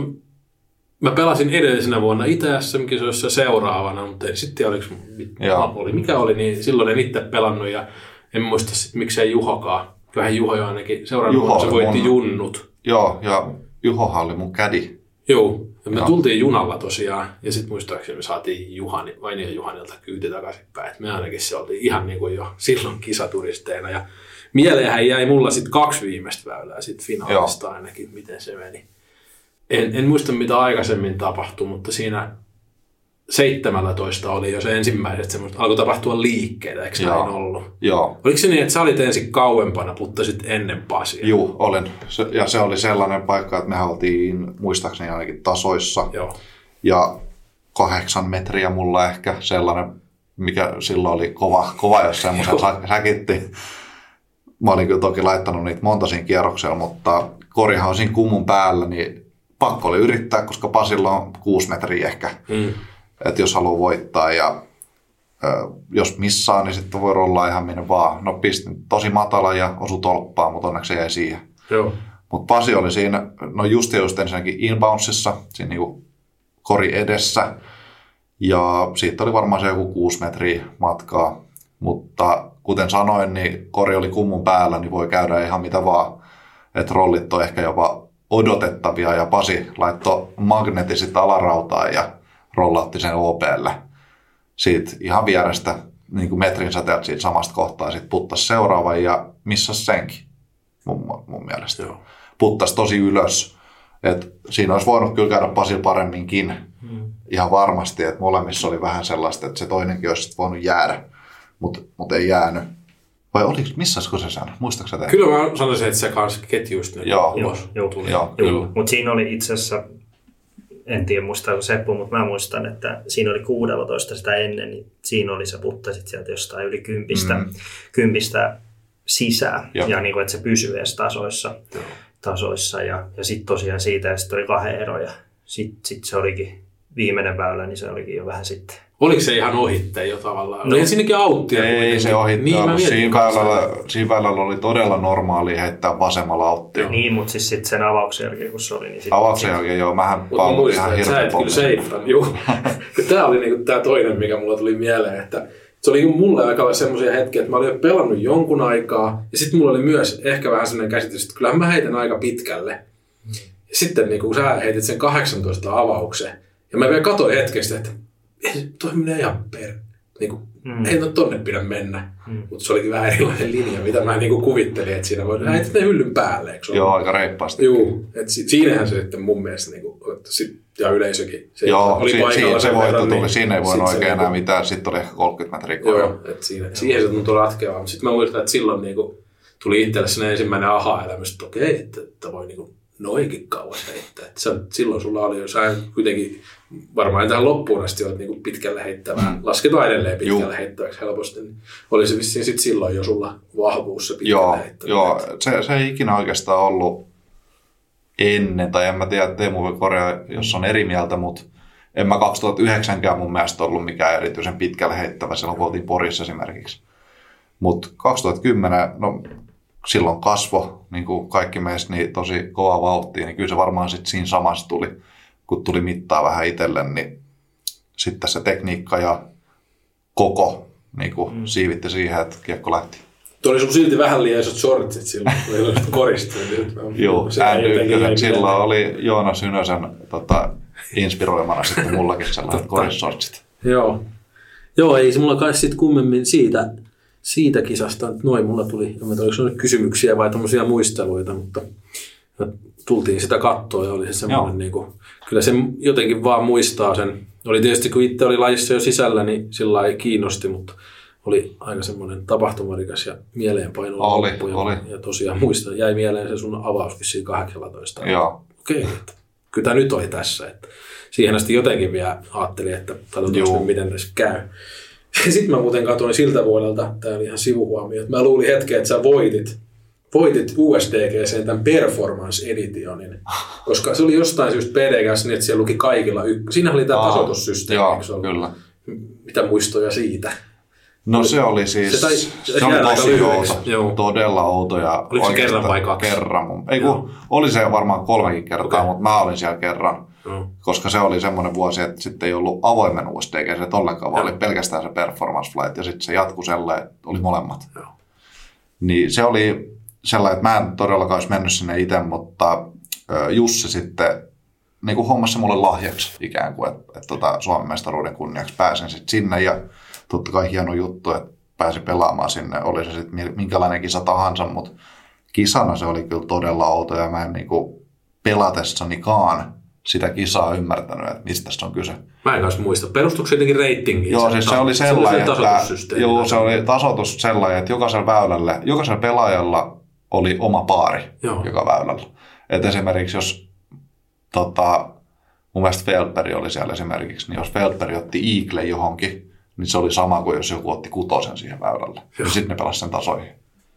mä pelasin edellisenä vuonna Itä S M-kisoissa seuraavana, mutta en sitten oliko oli, mikä oli, niin silloin en itse pelannut ja en muista sitten miksei Juhokaan. Kyllähän Juho jo ainakin seuraavana vuonna se voitti mun... junnut. Joo, ja Juhohan oli mun kädi. Joo, ja me Joo. tultiin junalla tosiaan ja sitten muistaakseni me saatiin Juhani, Vainio Juhanilta kyyti takaisinpäin. Me ainakin se oltiin ihan niin kuin jo silloin kisaturisteina ja mieleenhän jäi mulla sitten kaksi viimeistä väylää sitten finaalista Joo. ainakin, miten se meni. En, en muista mitä aikaisemmin tapahtui, mutta siinä seitsemäntoista oli jo se ensimmäiset semmoista, alkoi tapahtua liikkeitä, eikö Joo. näin ollut? Joo. Oliko se niin, että sä olit ensin kauempana, mutta sitten ennen Pasia? Joo, olin. Se, ja se oli sellainen paikka, että me oltiin muistaakseni ainakin tasoissa. Joo. Ja kahdeksan metriä mulla ehkä sellainen, mikä silloin oli kova, kova jos semmoisen säkitti. Mä olin kyllä toki laittanut niitä monta siinä kierroksella, mutta korihan on siinä kummun päällä, niin pakko oli yrittää, koska Pasilla on kuusi metriä ehkä, mm. että jos haluaa voittaa ja ö, jos missaa, niin sitten voi rollaa ihan minne vaan. No pistin tosi matala ja osu tolppaan, mutta onneksi jäi siihen. Mutta Pasi oli siinä, no just just ensinnäkin inboundsissa, siinä niinku kori edessä ja siitä oli varmaan se joku kuusi metriä matkaa, mutta kuten sanoin, niin kori oli kummun päällä, niin voi käydä ihan mitä vaan, että rollit on ehkä jopa odotettavia ja Pasi laittoi magneetit alarautaan ja rollautti sen O P:lle siitä ihan vierestä niin kuin metrin säteeltä siitä samasta kohtaa. Sitten puttasi seuraavan ja missasi senkin mun, mun mielestä. Joo. Puttasi tosi ylös. Et siinä olisi voinut kyllä käydä Pasil paremminkin hmm. ihan varmasti, että molemmissa oli vähän sellaista, että se toinenkin olisi voinut jäädä, mutta mut ei jäänyt. Vai oliko, missäskö se sanoi? Muistatko sä tämän? Kyllä mä sanoisin, että se kanssa ketjuista nyt joo. ulos joo, tuli. Joo, joo. Mutta siinä oli itse asiassa, en tiedä muistaako Seppo, mutta mä muistan, että siinä oli kuusitoista sitä ennen, niin siinä oli, sä puttasit sieltä jostain yli kympistä, mm. kympistä sisään. Joo. Ja niin kuin, että se pysyi edes tasoissa. Joo. tasoissa ja, ja sitten tosiaan siitä ja sitten oli kahden eroja. Sitten sit se olikin viimeinen väylä, niin se olikin jo vähän sitten. Oliko se ihan ohitte jo tavallaan? No, oli siinäkin auttia. Ei kuitenkin. Se ohitte niin, ollut. Siinä väylällä, siinä väylällä oli todella normaali heittää vasemmalla auttia. Niin, mutta siis sitten sen avauksen jälkeen kun se oli. Niin avauksen sit... jälkeen joo, mähän paukutin ihan hirveän polven. Sä et kyllä seifran, juu. Tämä oli niinku tämä toinen, mikä mulla tuli mieleen, että se oli mulle aika semmoisia hetkiä, että mä olin jo pelannut jonkun aikaa, ja sitten mulla oli myös ehkä vähän semmoinen käsitys, että kyllähän mä heitän aika pitkälle. Mm. Ja sitten niin kun sä heitit sen kahdeksantoista avauksen, ja mä vielä katsoin hetkestä, että toi menee ihan per... Niin kuin, mm. ei tonne pidä mennä, mm. mutta se olikin vähän erilainen linja, mitä mä niin kuin kuvittelin, että siinä voi mm. heitit ne hyllyn päälle. Joo, aika reippaasti. Joo, että si- siinähän se sitten mun mielestä, niin kuin, ja yleisökin, se joo, oli si- paikalla. Si- se voitto tuli, niin, siinä ei voinut oikein enää niin mitään, sitten oli ehkä kolmekymmentä metriä. Joo, että siinä, siihen se tuntui ratkeavaa, mutta sitten mä muistan, että silloin niin kuin, tuli itselle sellainen ensimmäinen aha-elämys, että okei, että, että voi niin kuin, noinkin kauan heittää. Että se, silloin sulla oli jo, sä kuitenkin varmaan tähän loppuun asti olet niin pitkälle heittävää, mm. lasketaan edelleen pitkälle heittäväksi helposti, niin oli se vissiin sit silloin jo sulla vahvuus se pitkälle joo, heittävä. Joo, se, se ei ikinä oikeastaan ollut ennen, tai en mä tiedä, Teemu voi korjaa, jos on eri mieltä, mutta en mä kaksituhattayhdeksänkään mun mielestä ollut mikään erityisen pitkälle heittävä, silloin kun oltiin Porissa esimerkiksi. Mutta kaksituhattakymmenen, no silloin kasvo, niin kuin kaikki meistä, niin tosi kova vauhtia, niin kyllä se varmaan sitten siinä samassa tuli, kun tuli mittaa vähän itselle, niin sitten se tekniikka ja koko niin kuin mm. siivitti siihen, että kiekko lähti. Tuo oli sun silti vähän liian isot shortsit silloin, kun ei ole koristeet. Joo, ykköset silloin oli Joonas Hynösen tota, inspiroimana sitten mullakin sellaiset korisshortsit. Joo. Joo, ei se mulla kai sitten kummemmin siitä, siitä kisasta, että noin mulla tuli, en tiedä, oliko se kysymyksiä vai tommosia muisteluita, mutta tultiin sitä kattoa ja oli se semmoinen, niin kuin, kyllä se jotenkin vaan muistaa sen. Oli tietysti, kun itse oli lajissa jo sisällä, niin sillä lailla kiinnosti, mutta oli aika semmoinen tapahtumarikas ja mieleenpainova oli, loppu. Ja, oli. ja tosiaan muistan, jäi mieleen se sun avauskin siinä kahdeksantoista. Joo. Okei, että kyllä tämä nyt oli tässä. Että siihen asti jotenkin vielä ajattelin, että katsotaan miten tässä käy. Sitten mä muuten katsoin siltä vuodelta, tämä oli ihan sivuhuomio, että mä luulin hetken, että sä voitit, voitit U S D G:seen tämän Performance Editionin, koska se oli jostain syystä P D G:ssä niin, että siellä luki kaikilla ykkös. Siinä oli tämä tasoitussysteemi. Joo, kyllä. Mitä muistoja siitä? No se oli siis, se, tai, se, se oli tosi outo, Joo. todella outo. Ja oliko se kerran vai kaksi? Kerran. Mun, ei kun, oli se varmaan kolmekin kertaa, okay. mutta mä olin siellä kerran, mm. koska se oli semmoinen vuosi, että sitten ei ollut avoimen U S D G, se ollenkaan, vaan oli pelkästään se Performance Flight ja sitten se jatkui sellainen, että oli molemmat. Joo. Niin se oli sellainen, että mä en todellakaan olisi mennyt sinne itse, mutta Jussi sitten niin kuin hommasi mulle lahjaksi ikään kuin, että, että tota, Suomen mestaruuden kunniaksi pääsin sitten sinne ja totta kai hieno juttu, että pääsi pelaamaan sinne, oli se sitten minkälainen kisa tahansa, mutta kisana se oli kyllä todella outo ja mä en niin kuin pelatessanikaan sitä kisaa ymmärtänyt, että mistä se on kyse. Mä en kanssa muista. Perustuiko se jotenkin reitingiin? Joo, siis se oli sellainen, se oli että, joo, se oli tasoitus sellainen, että jokaisella väylällä, jokaisella pelaajalla oli oma paari joo. joka väylällä. Et esimerkiksi jos, tota, mun mielestä Feldberg oli siellä esimerkiksi, niin jos Feldberg otti Eagle johonkin, niin se oli sama kuin jos joku otti kutosen siihen väylälle. Ja sitten ne pelasi sen tasoihin.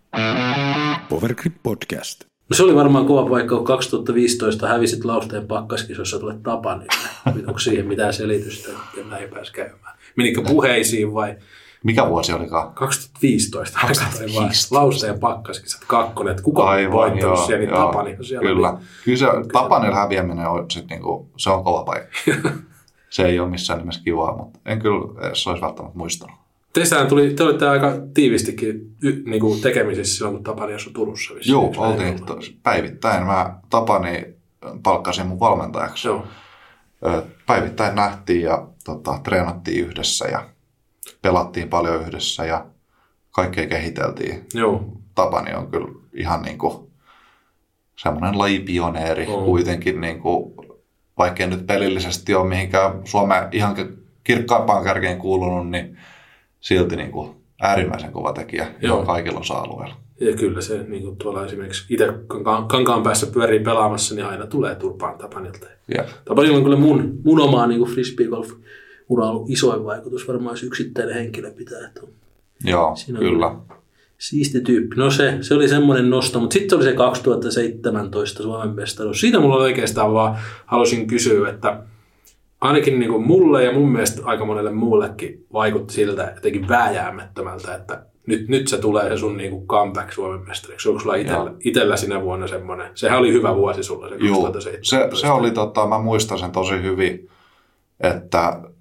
Powergrip Podcast. No se oli varmaan kova paikka, kun kaksituhattaviisitoista hävisit Lausteen pakkaskisossa tulet Tapanille. Onko siihen mitään selitystä, että näin pääsi käymään? Menikö puheisiin vai? Mikä vuosi olikaan? kaksituhattaviisitoista. kaksituhattaviisitoista. Lausteen pakkaskisat kakkonen. Että kuka on voittanut siellä, niin Tapani. Kyllä. Oli... Kyllä se Tapanilla häviäminen on, sit niinku, se on kova paikka. Se ei ole missään nimessä kivaa, mutta en kyllä se olisi välttämättä muistanut. Teistähän tuli, te olitte aika tiivistikin niin kuin tekemisissä silloin, kun Tapani asui Turussa. Joo, oltiin päivittäin. Mä Tapani palkkasin mun valmentajaksi. Joo. Päivittäin nähtiin ja tota, treenattiin yhdessä ja pelattiin paljon yhdessä ja kaikkea kehiteltiin. Joo. Tapani on kyllä ihan niin kuin semmoinen lajipioneeri oh. kuitenkin, niin kuin, vaikkei nyt pelillisesti ole mihinkään Suomen ihan kirkkaimpaan kärkeen kuulunut, niin silti niin kuin äärimmäisen kova tekijä Joo. kaikilla osa-alueilla. Ja kyllä se niin kuin tuolla esimerkiksi itse kankaan päässä pyörii pelaamassa, niin aina tulee turpaan Tapanilta. Yeah. Tapanilla on kyllä mun, mun omaa niin frisbeegolf-ura ollut isoin vaikutus, varmaan jos yksittäinen henkilö pitää. Että Joo, kyllä. Siisti tyyppi. No se, se oli semmoinen nosto, mutta sitten oli se kaksituhattaseitsemäntoista Suomen mestaruus. Siitä mulla oikeastaan vaan halusin kysyä, että ainakin niin kuin mulle ja mun mielestä aika monelle muullekin vaikutti siltä jotenkin vääjäämättömältä, että nyt, nyt se tulee se sun niin kuin comeback Suomen mestariksi. Onko sulla itellä, itellä sinä vuonna semmoinen? Sehän oli hyvä vuosi sulla se kaksituhattaseitsemäntoista. Joo, se, se oli, tota, mä muistan sen tosi hyvin, että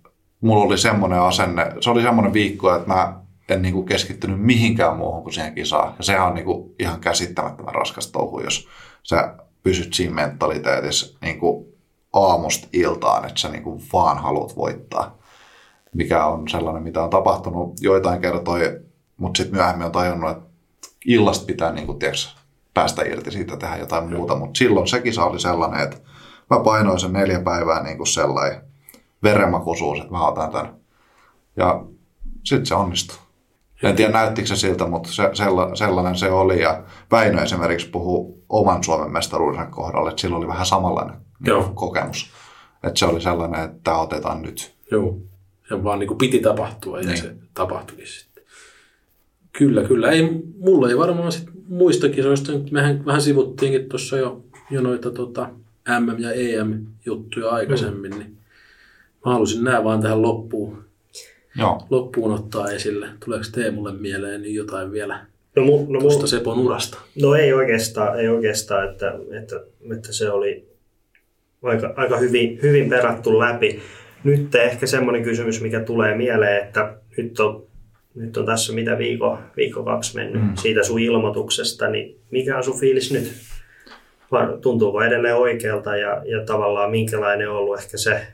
mulla oli semmoinen asenne, se oli semmoinen viikko, että mä en niin kuin keskittynyt mihinkään muuhun kuin siihen kisaan. Ja sehän on niin kuin ihan käsittämättömän raskas touhu, jos sä pysyt siinä mentaliteetissa niin kuin aamusta iltaan, että sä niin kuin vaan haluat voittaa. Mikä on sellainen, mitä on tapahtunut joitain kertoja, mutta sitten myöhemmin on tajunnut, että illasta pitää niin kuin, tiedätkö, päästä irti siitä, tehdä jotain muuta. Mutta silloin se kisa oli sellainen, että mä painoin sen neljä päivää niin kuin sellainen verenmakuisuus, että mä otan tämän. Ja sitten se onnistui. En tiedä näyttikö se siltä, mutta se, sellainen se oli. Ja Väinö esimerkiksi puhui oman Suomen mestaruuden kohdalla, että sillä oli vähän samanlainen niin kokemus. Että se oli sellainen, että tämä otetaan nyt. Joo, se vaan niin kuin piti tapahtua ja niin. Se tapahtuikin sitten. Kyllä, kyllä. Ei, mulla ei varmaan sit muista kisoista. Mehän vähän sivuttiinkin tuossa jo, jo noita tota, M M- ja E M-juttuja aikaisemmin. Mm. Niin mä halusin nämä vaan tähän loppuun. Joo. loppuun ottaa esille. Tuleeko Teemulle mieleen niin jotain vielä no, mu, no, tuosta Sepon urasta? No ei oikeastaan, ei oikeastaan että, että, että se oli aika, aika hyvin, hyvin perattu läpi. Nyt ehkä semmoinen kysymys, mikä tulee mieleen, että nyt on, nyt on tässä mitä viikko, viikko kaksi mennyt mm. siitä sun ilmoituksesta, niin mikä on sun fiilis nyt? Tuntuuko edelleen oikealta ja, ja tavallaan minkälainen on ollut ehkä se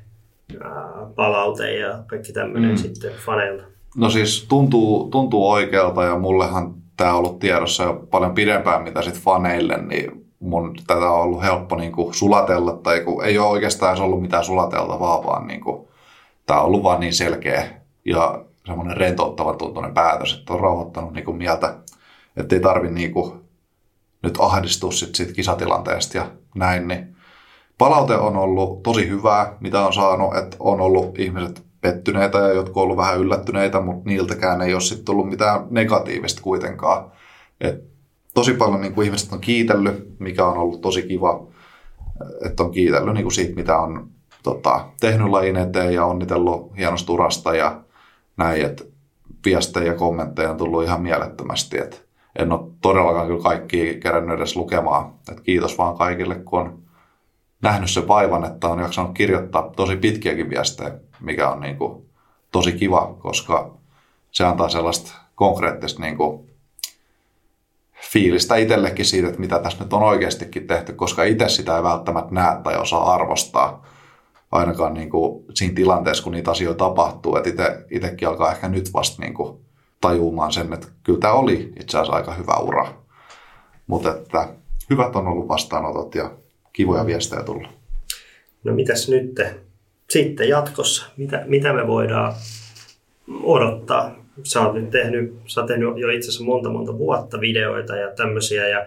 palaute ja kaikki tämmöinen mm. sitten faneilta? No siis tuntuu, tuntuu oikealta ja mullehan tämä on ollut tiedossa jo paljon pidempään mitä sitten faneille, niin mun tätä on ollut helppo niin kuin sulatella tai kun ei ole oikeastaan edes ollut mitään sulateltavaa, vaan niin kuin, tämä on ollut vaan niin selkeä ja semmoinen rentouttavan tuntuinen päätös, että on rauhoittanut niin kuin mieltä, että ei tarvitse niin kuin nyt ahdistua sit siitä kisatilanteesta ja näin, niin palaute on ollut tosi hyvää, mitä on saanut, että on ollut ihmiset pettyneitä ja jotkut on ollut vähän yllättyneitä, mutta niiltäkään ei ole sitten tullut mitään negatiivista kuitenkaan. Et tosi paljon niin kuin ihmiset on kiitellyt, mikä on ollut tosi kiva, että on kiitellyt niin kuin siitä, mitä on tota, tehnyt lajin eteen ja onnitellut hienosta urasta ja näin, että viestejä ja kommentteja on tullut ihan mielettömästi. Et en ole todellakaan kyllä kaikkia kerännyt edes lukemaan. Et kiitos vaan kaikille, kun on nähnyt sen vaivan, että on jaksanut kirjoittaa tosi pitkiäkin viestejä, mikä on niin kuin tosi kiva, koska se antaa sellaista konkreettista niin kuin fiilistä itsellekin siitä, että mitä tässä nyt on oikeastikin tehty, koska itse sitä ei välttämättä näe tai osaa arvostaa, ainakaan niin kuin siinä tilanteessa, kun niitä asioita tapahtuu. Että itse, itsekin alkaa ehkä nyt vasta niin kuin tajumaan sen, että kyllä tämä oli itse asiassa aika hyvä ura. Mutta että hyvät on ollut vastaanotot ja kivoja viestejä tullut. No mitäs nyt sitten jatkossa? Mitä, mitä me voidaan odottaa? Sä oot nyt tehnyt, sä oot tehnyt jo itse asiassa monta monta vuotta videoita ja tämmöisiä ja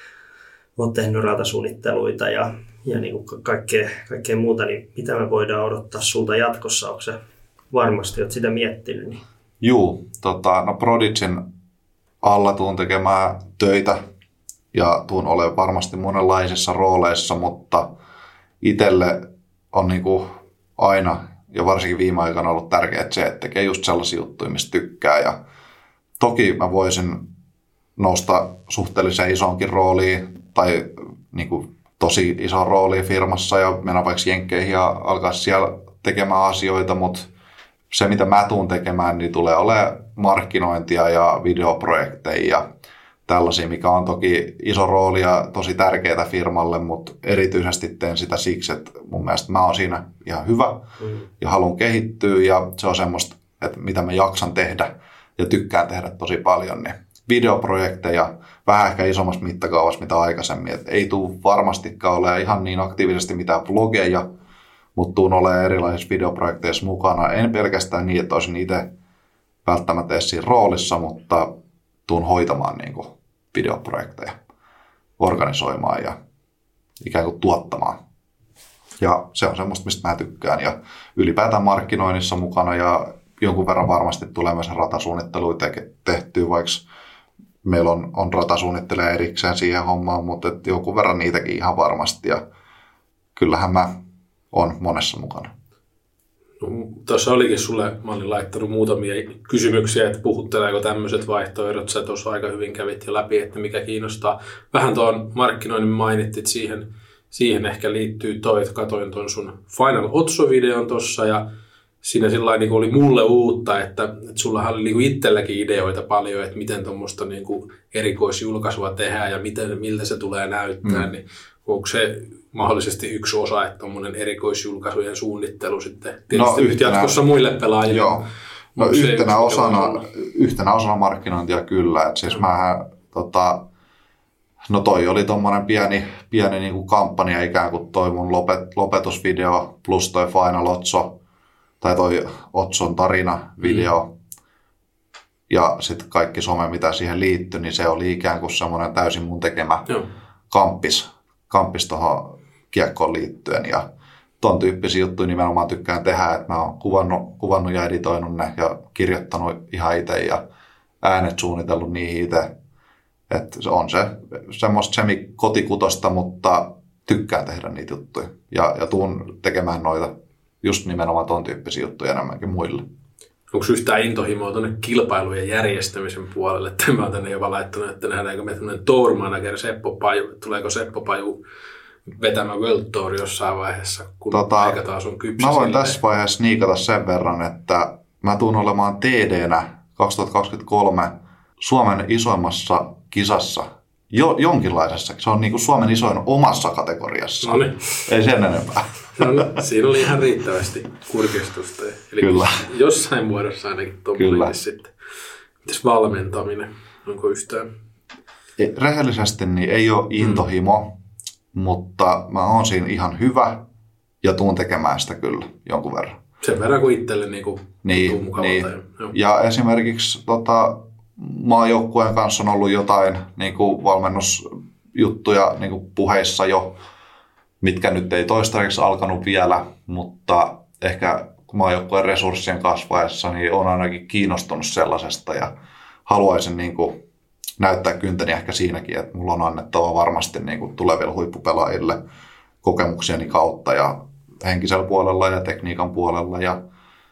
oot tehnyt ratasuunnitteluita ja, ja niin kuin kaikkea, kaikkea muuta. Niin mitä me voidaan odottaa sulta jatkossa? Onko se varmasti, oot sitä miettinyt? Niin? Juu, tota, no Prodigyn alla tuun tekemään töitä. Ja tuun olemaan varmasti monenlaisissa rooleissa, mutta itselle on niin kuin aina ja varsinkin viime aikana ollut tärkeää se, että tekee just sellaisia juttuja, mistä tykkää. Ja toki mä voisin nousta suhteellisen isoonkin rooliin tai niin kuin tosi iso rooliin firmassa ja mennä vaikka jenkkeihin ja alkaa siellä tekemään asioita, mutta se mitä mä tuun tekemään, niin tulee olemaan markkinointia ja videoprojekteja ja tällaisia, mikä on toki iso rooli ja tosi tärkeää firmalle, mutta erityisesti teen sitä siksi, että mun mielestä mä oon siinä ihan hyvä mm. ja haluan kehittyä ja se on semmoista, että mitä mä jaksan tehdä ja tykkään tehdä tosi paljon, niin videoprojekteja vähän ehkä isommassa mittakaavassa mitä aikaisemmin, että ei tule varmastikaan ole ihan niin aktiivisesti mitään vlogeja, mutta tuun olemaan erilaisissa videoprojekteissa mukana, en pelkästään niin, että olisin itse välttämättä edes siinä roolissa, mutta tuun hoitamaan niin kuin videoprojekteja, organisoimaan ja ikään kuin tuottamaan. Ja se on semmoista, mistä mä tykkään. Ja ylipäätään markkinoinnissa mukana ja jonkun verran varmasti tulee myös ratasuunnittelua tehtyä, vaikka meillä on, on ratasuunnittelija erikseen siihen hommaan, mutta et jonkun verran niitäkin ihan varmasti. Ja kyllähän mä oon monessa mukana. No, tuossa olikin sulle, mä olin laittanut muutamia kysymyksiä, että puhutteleeko tämmöiset vaihtoehdot. Sä tuossa aika hyvin kävit jo läpi, että mikä kiinnostaa. Vähän tuon markkinoinnin mainittit, siihen, siihen ehkä liittyy toi, että katoin tuon sun Final Otso-videon tuossa ja siinä sillä niin oli mulle uutta, että, että sullahan oli niin itselläkin ideoita paljon, että miten tuommoista niin erikoisjulkaisua tehdään ja miten, miltä se tulee näyttää, mm. niin onko se mahdollisesti yksi osa, että tuommoinen erikoisjulkaisujen suunnittelu sitten tietysti no, yhtenä, jatkossa muille pelaajille? Joo. No yhtenä osana, yhtenä osana markkinointia kyllä. Et siis mähän, tota, no toi oli tommonen pieni, pieni niinku kampanja ikään kuin toi mun lopet, lopetusvideo plus toi Final Otso tai toi Otson tarina-video mm. ja sitten kaikki some, mitä siihen liittyi, niin se oli ikään kuin semmoinen täysin mun tekemä Joo. kamppis, kamppis tuohon kiekkoon liittyen ja ton tyyppisiä juttuja nimenomaan tykkään tehdä, että mä oon kuvannut, kuvannut ja editoinut ne ja kirjoittanut ihan itse ja äänet suunnitellut niihin itse. Että se on se semmoista semi-kotikutosta, mutta tykkään tehdä niitä juttuja ja, ja tuun tekemään noita just nimenomaan ton tyyppisiä juttuja enemmänkin muille. Onko yhtään intohimoa tuonne kilpailujen järjestämisen puolelle? Mä oon tänne jopa laittanut, että nähdäänkö me tämmöinen tour manager Seppo Paju, tuleeko Seppo Paju vetämään World Tour jossain vaiheessa, kun tota, aika taas on kypsä. Mä voin silleen. Tässä vaiheessa sniikata sen verran, että mä tuun olemaan T D-nä kaksituhattakaksikymmentäkolme Suomen isoimmassa kisassa. Jo, jonkinlaisessa. Se on niin kuin Suomen isoin omassa kategoriassa. No niin. Ei sen enempää. No, siinä oli ihan riittävästi kurkistusta. Eli Kyllä. Jossain muodossa ainakin tuommoinenkin sitten. Mites valmentaminen? Onko yhtään? Rehellisesti niin ei ole intohimo, mm. mutta mä oon siinä ihan hyvä ja tuun tekemään sitä kyllä jonkun verran. Sen verran kuin itselle niin kuin niin, mukavalta. Niin. Ja, ja esimerkiksi tota, maajoukkueen kanssa on ollut jotain niin kuin valmennusjuttuja niin kuin puheissa jo, mitkä nyt ei toistaiseksi alkanut vielä, mutta ehkä maajoukkueen resurssien kasvaessa niin olen ainakin kiinnostunut sellaisesta ja haluaisin niin kuin näyttää kyntäni ehkä siinäkin, että mulla on annettava varmasti niin kuin tuleville huippupelaajille kokemuksieni kautta ja henkisellä puolella ja tekniikan puolella ja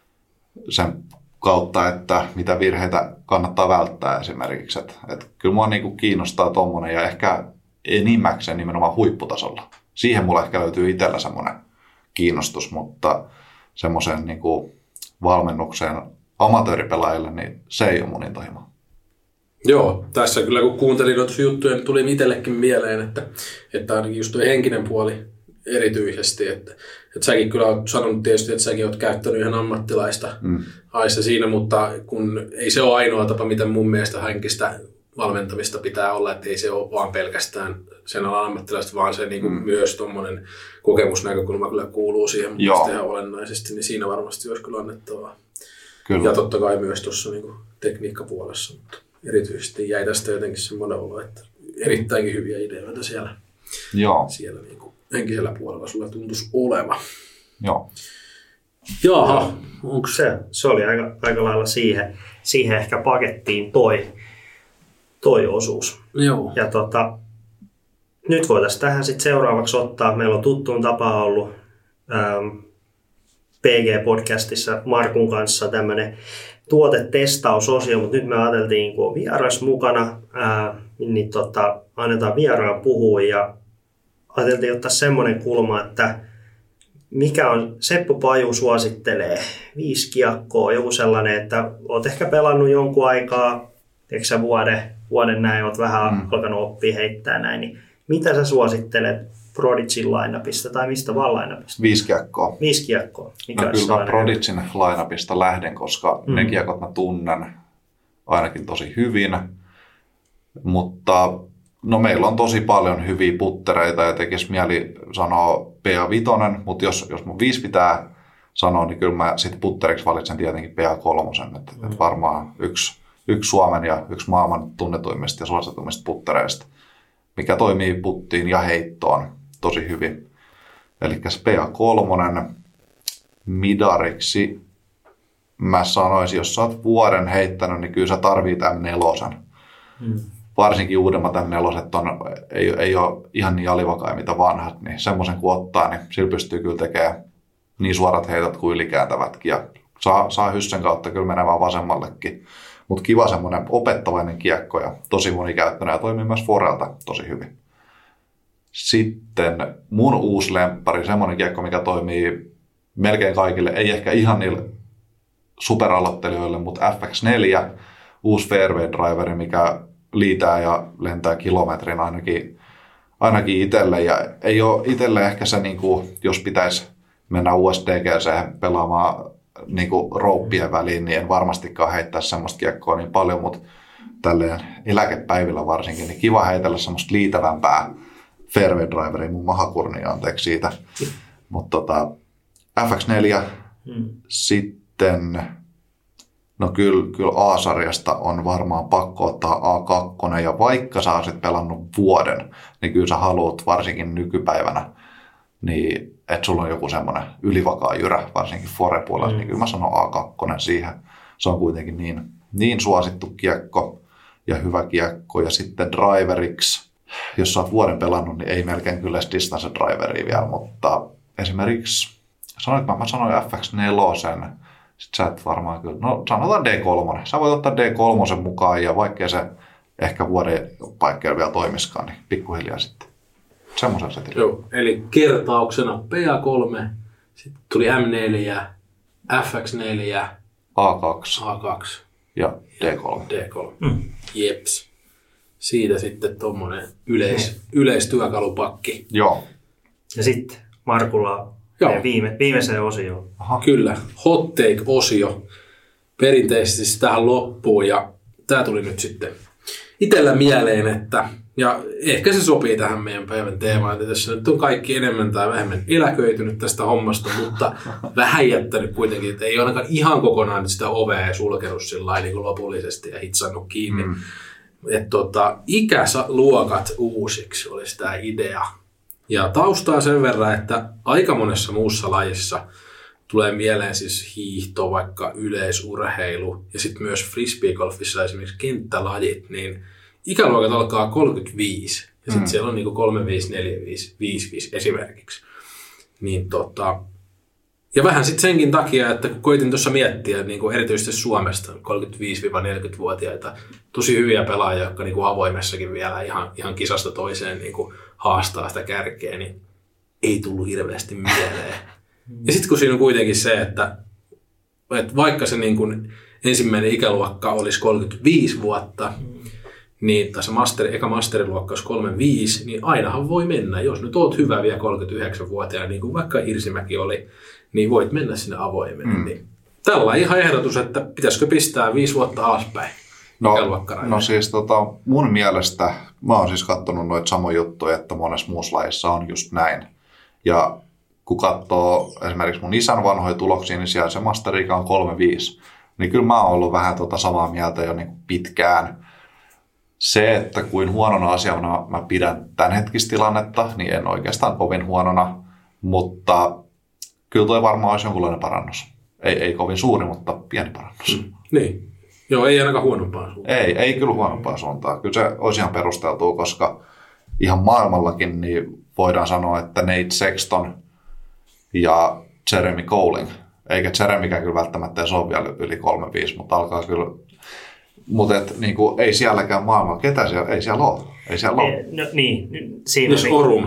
sen kautta, että mitä virheitä kannattaa välttää esimerkiksi. Että, että kyllä mua niin kuin kiinnostaa tommonen ja ehkä enimmäkseen nimenomaan huipputasolla. Siihen mulla ehkä löytyy itsellä semmoinen kiinnostus, mutta semmoisen niin kuin valmennukseen amatööripelaajille, niin se ei ole mun intohimo. Joo, tässä kyllä kun kuuntelin noita juttuja, niin tuli itsellekin mieleen, että, että ainakin just tuo henkinen puoli erityisesti, että, että säkin kyllä olet sanonut tietysti, että säkin olet käyttänyt ihan ammattilaista mm. aissa siinä, mutta kun ei se ole ainoa tapa, miten mun mielestä henkistä valmentamista pitää olla, että ei se ole vaan pelkästään sen alan ammattilaista, vaan se niin kuin mm. myös tuommoinen kokemusnäkökulma kyllä kuuluu siihen mun mielestä ihan olennaisesti, niin siinä varmasti olisi kyllä annettavaa. Kyllä. Ja totta kai myös tuossa niin kuin tekniikkapuolessa, mutta erityisesti jäi tästä jotenkin semmoinen olo, että erittäinkin hyviä ideoita siellä, Joo. siellä niin kuin henkisellä puolella sulla tuntuisi oleva. Joo. Jaha, onko se? Se oli aika, aika lailla siihen, siihen ehkä pakettiin toi, toi osuus. Joo. Ja tota, nyt voitaisiin tähän sitten seuraavaksi ottaa, meillä on tuttuun tapaan ollut ähm, P G-podcastissa Markun kanssa tämmöinen tuotetestausosio, mutta nyt me ajateltiin, kun on vieras mukana, ää, niin tota, annetaan vieraan puhua ja ajateltiin ottaa semmoinen kulma, että mikä on, Seppo Paju suosittelee viisi kiekkoa, joku sellainen, että oot ehkä pelannut jonkun aikaa, eikö sä vuoden, vuoden näin, oot vähän mm. alkanut oppia heittää näin, niin mitä sä suosittelet Prodigin line-upista tai mistä vaan line-upista? Viisi kiekkoa. Viisi kiekkoa. Mikä no kyllä mä Prodigin line-upista lähden, koska mm. ne kiekot mä tunnen ainakin tosi hyvin, mutta no meillä on tosi paljon hyviä puttereita ja tekisi mieli sanoa P A viisi, mutta jos, jos mun viisi pitää sanoa, niin kyllä mä sitten putteriksi valitsen tietenkin P A kolme. Että mm. et varmaan yksi, yksi Suomen ja yksi maailman tunnetuimmista ja suosituimmista puttereista, mikä toimii puttiin ja heittoon tosi hyvin. Eli P A kolme midariksi mä sanoisin, jos sä oot vuoden heittänyt, niin kyllä sä tarvii tämän nelosen. Mm. Varsinkin uudemmat tämän neloset on, ei, ei ole ihan niin alivakaja mitä vanhat, niin semmoisen kun ottaa, niin sillä pystyy kyllä tekemään niin suorat heitot kuin ylikääntävätkin. Ja saa, saa hyssen kautta kyllä menemään vasemmallekin. Mutta kiva semmoinen opettavainen kiekko ja tosi monikäyttöinen ja toimii myös forelta tosi hyvin. Sitten mun uusi lemppari, semmoinen kiekko, mikä toimii melkein kaikille, ei ehkä ihan niillä superaloittelijoille, mutta F X neljä, uusi fairway driveri, mikä liitää ja lentää kilometrin ainakin, ainakin itselle. Ja ei ole itselle ehkä se, niin kuin, jos pitäisi mennä U S D G C pelaamaan niin kuin rouppien väliin, niin en varmastikaan heittää semmoista kiekkoa niin paljon, mutta tälleen eläkepäivillä varsinkin, niin kiva heitellä semmoista liitävämpää fairway driveria, mun mahakurni, anteeksi siitä. Mutta tota, F X neljä, hmm. sitten, no kyllä, kyllä A-sarjasta on varmaan pakko ottaa A kaksi, ja vaikka sä olisit pelannut vuoden, niin kyllä sä haluat varsinkin nykypäivänä, niin että sulla on joku semmoinen ylivakaa jyrä, varsinkin Fore-puolella, hmm. niin kyllä mä sanon A kaksi siihen. Se on kuitenkin niin, niin suosittu kiekko ja hyvä kiekko, ja sitten driveriksi, jos sä oot vuoden pelannut, niin ei melkein kyllä edes distance driveria vielä, mutta esimerkiksi, sanoinko mä, mä sanoin F X neljä, sit sä et varmaan kyllä, no sanotaan D kolme, sä voit ottaa D kolme mukaan, ja vaikkei se ehkä vuoden paikkeilla vielä toimiskaan, niin pikkuhiljaa sitten semmoisen setillä. Joo, eli kertauksena P A kolme, sitten tuli M neljä, F X neljä, A kaksi, A kaksi ja D kolme. D kolme, mm. jeps. Siitä sitten tuommoinen yleis, mm. yleistyökalupakki. Joo. Ja sitten Markulla viime, viimeiseen osioon. Aha. Kyllä, hot take-osio perinteisesti tähän loppuun, ja tämä tuli nyt sitten itsellä mieleen, että, ja ehkä se sopii tähän meidän päivän teemaan, että tässä nyt on kaikki enemmän tai vähemmän eläköitynyt tästä hommasta, mutta vähän jättänyt kuitenkin, että ei ole ainakaan ihan kokonaan nyt sitä ovea sulkenut sillä niin kuin lopullisesti ja hitsannut kiinni. Mm. Että tota, ikäluokat uusiksi olisi tämä idea. Ja taustaa sen verran, että aika monessa muussa lajissa tulee mieleen siis hiihto, vaikka yleisurheilu ja sitten myös frisbeegolfissa esimerkiksi kenttälajit, niin ikäluokat alkaa kolmekymmentäviisi ja sitten mm. siellä on niinku kolmekymmentäviisi, neljäkymmentäviisi, viisikymmentäviisi esimerkiksi. Niin tota, ja vähän sitten senkin takia, että kun koitin tuossa miettiä niin kuin erityisesti Suomesta kolmekymmentäviisi–neljäkymmentävuotiaita tosi hyviä pelaajia, jotka niin kuin avoimessakin vielä ihan, ihan kisasta toiseen niin kuin haastaa sitä kärkeä, niin ei tullut hirveästi mieleen. Ja sitten kun siinä on kuitenkin se, että, että vaikka se niin kuin ensimmäinen ikäluokka olisi kolmekymmentäviisi vuotta, niin tässä masteri, eka masteriluokka olisi kolmekymmentäviisi, niin ainahan voi mennä. Jos nyt oot hyvä vielä kolmekymmentäyhdeksänvuotiaana, niin kuin vaikka Irsimäki oli, niin voit mennä sinne avoimeen. Mm. Niin tällä ihan ehdotus, että pitäisikö pistää viisi vuotta alaspäin. No, no siis tota, mun mielestä, mä oon siis katsonut noita samoja juttuja, että monessa muussa lajissa on just näin. Ja kun katsoo esimerkiksi mun isän vanhoja tuloksia, niin siellä se masteri-ikä on kolmekymmentäviisi. Niin kyllä mä oon ollut vähän tota samaa mieltä jo niin pitkään. Se, että kuin huonona asiana mä pidän tämän hetkistä tilannetta, niin en oikeastaan kovin huonona, mutta kyllä toi varmaan olisi jonkunlainen parannus. Ei, ei kovin suuri, mutta pieni parannus. Mm. Niin. Joo, ei ainakaan huonompaa suuntaan. Ei, ei kyllä huonompaa suuntaan. Kyllä se olisi ihan perusteltua, koska ihan maailmallakin niin voidaan sanoa, että Nate Sexton ja Jeremy Colling, eikä Jeremykään kyllä välttämättä edes ole vielä yli kolmekymmentäviisi, mutta alkaa kyllä. Mutta niin kuin, ei sielläkään maailmalla, ketä siellä, ei siellä ole. Ei siellä ole. No, niin, siinä Jos Orum.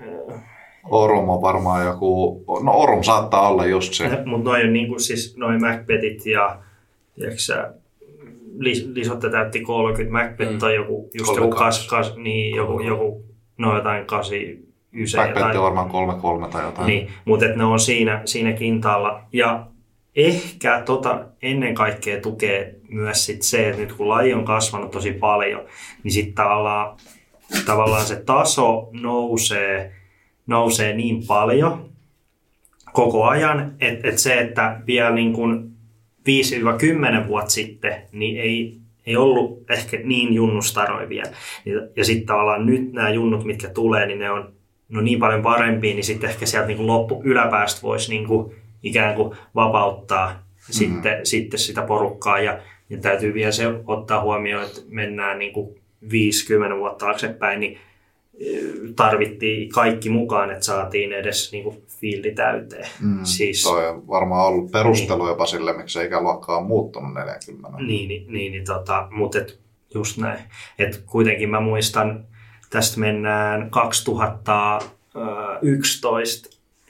Orum on varmaan joku, no Orum saattaa olla just se. Mutta noin on niin kuin siis noin Macbethit ja tiedätkö Lisotte täytti kolmekymmentä, Macbeth mm. on joku, just joku, kas, kas, niin, joku, joku, no jotain kahdeksankymmentäyhdeksän. Macbeth on varmaan kolmekymmentäkolme tai jotain. Niin, mutta ne on siinä, siinä kintaalla. Ja ehkä tota ennen kaikkea tukee myös sit se, että nyt kun laji on kasvanut tosi paljon, niin sitten tavallaan, tavallaan se taso nousee, nousee niin paljon koko ajan, että et se, että vielä niin kun viisi kymmenen vuotta sitten, niin ei, ei ollut ehkä niin junnustaroja vielä. Ja, ja sitten tavallaan nyt nämä junnut, mitkä tulee, niin ne on no niin paljon parempia, niin sitten ehkä sieltä niin kuin loppu yläpäästä voisi niin kuin ikään kuin vapauttaa mm-hmm. sitten, sitten sitä porukkaa. Ja, ja täytyy vielä se ottaa huomioon, että mennään niin kuin viisikymmentä vuotta taaksepäin, niin tarvittiin kaikki mukaan, että saatiin edes niin kuin fiildi täyteen. Mm, siis, toi on varmaan ollut perustelu niin, jopa sille, miksi ikäluokka on muuttunut neljäkymmentä. Niin, niin, niin tota, mutta et, just näin. Et kuitenkin mä muistan, tästä mennään kaksituhattayksitoista,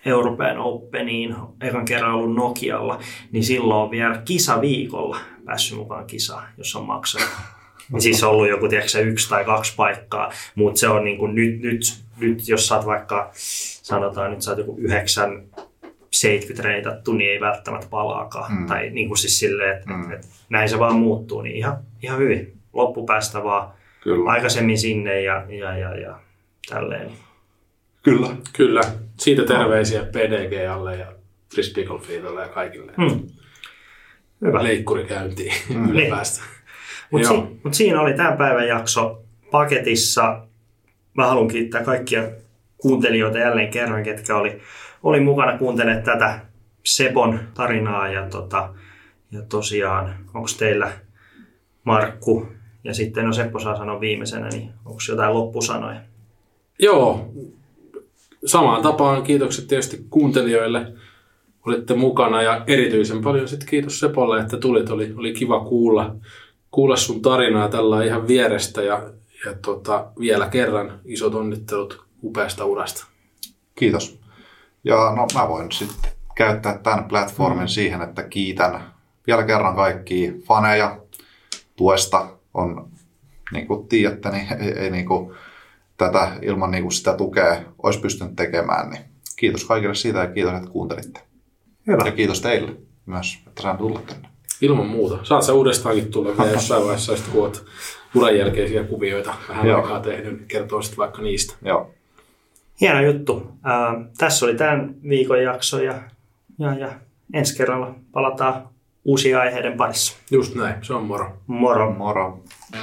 European Openiin, ekan kerran ollut Nokialla, niin silloin on vielä kisaviikolla päässyt mukaan kisaan, jos on maksanut. Siis on ollut joku tiedätkö, yksi tai kaksi paikkaa, mutta se on niin kuin nyt, nyt, nyt, jos sä oot vaikka, sanotaan nyt sä oot joku yhdeksän, seitsemänkymmentä reitattu, niin ei välttämättä palaakaan. Mm. Tai niin kuin siis silleen, että mm. et, näin se vaan muuttuu, niin ihan, ihan hyvin. Loppupäästä vaan Kyllä. aikaisemmin sinne ja, ja, ja, ja tälleen. Kyllä. Kyllä. Siitä terveisiä P D G-alle ja frisbeegolfiidalle ja kaikille. Mm. Hyvä. Leikkuri käyntiin mm. ylipäästä. Mutta si, mut siinä oli tämän päivän jakso paketissa. Mä haluan kiittää kaikkia kuuntelijoita jälleen kerran, ketkä oli, oli mukana kuuntelemaan tätä Sepon tarinaa. Ja, tota, ja tosiaan, onko teillä Markku ja sitten no Seppo saa sanoa viimeisenä, niin onko jotain loppusanoja? Joo, samaan tapaan kiitokset tietysti kuuntelijoille. Olitte mukana ja erityisen paljon sitten kiitos Sepolle, että tulit. Oli, oli kiva kuulla, kuulla sun tarinaa tällä ihan vierestä ja, ja tota, vielä kerran isot onnittelut upeasta urasta. Kiitos. Ja no mä voin sitten käyttää tämän platformin mm. siihen, että kiitän vielä kerran kaikkia faneja tuesta. On, niin kuin tiedätte, niin ei, ei niin kuin tätä ilman niin kuin sitä tukea olisi pystynyt tekemään. Niin kiitos kaikille siitä ja kiitos, että kuuntelitte. Hyvä. Ja kiitos teille myös, että saan tulla tänne. Ilman muuta. Saat sä uudestaankin tulla vielä jossain vaiheessa, kun olet uran jälkeisiä kuvioita vähän Joo. aikaa tehnyt, niin kertoo sitten vaikka niistä. Joo. Hieno juttu. Äh, tässä oli tämän viikon jakso ja, ja, ja ensi kerralla palataan uusien aiheiden parissa. Just näin. Se on moro. Moro. Moro.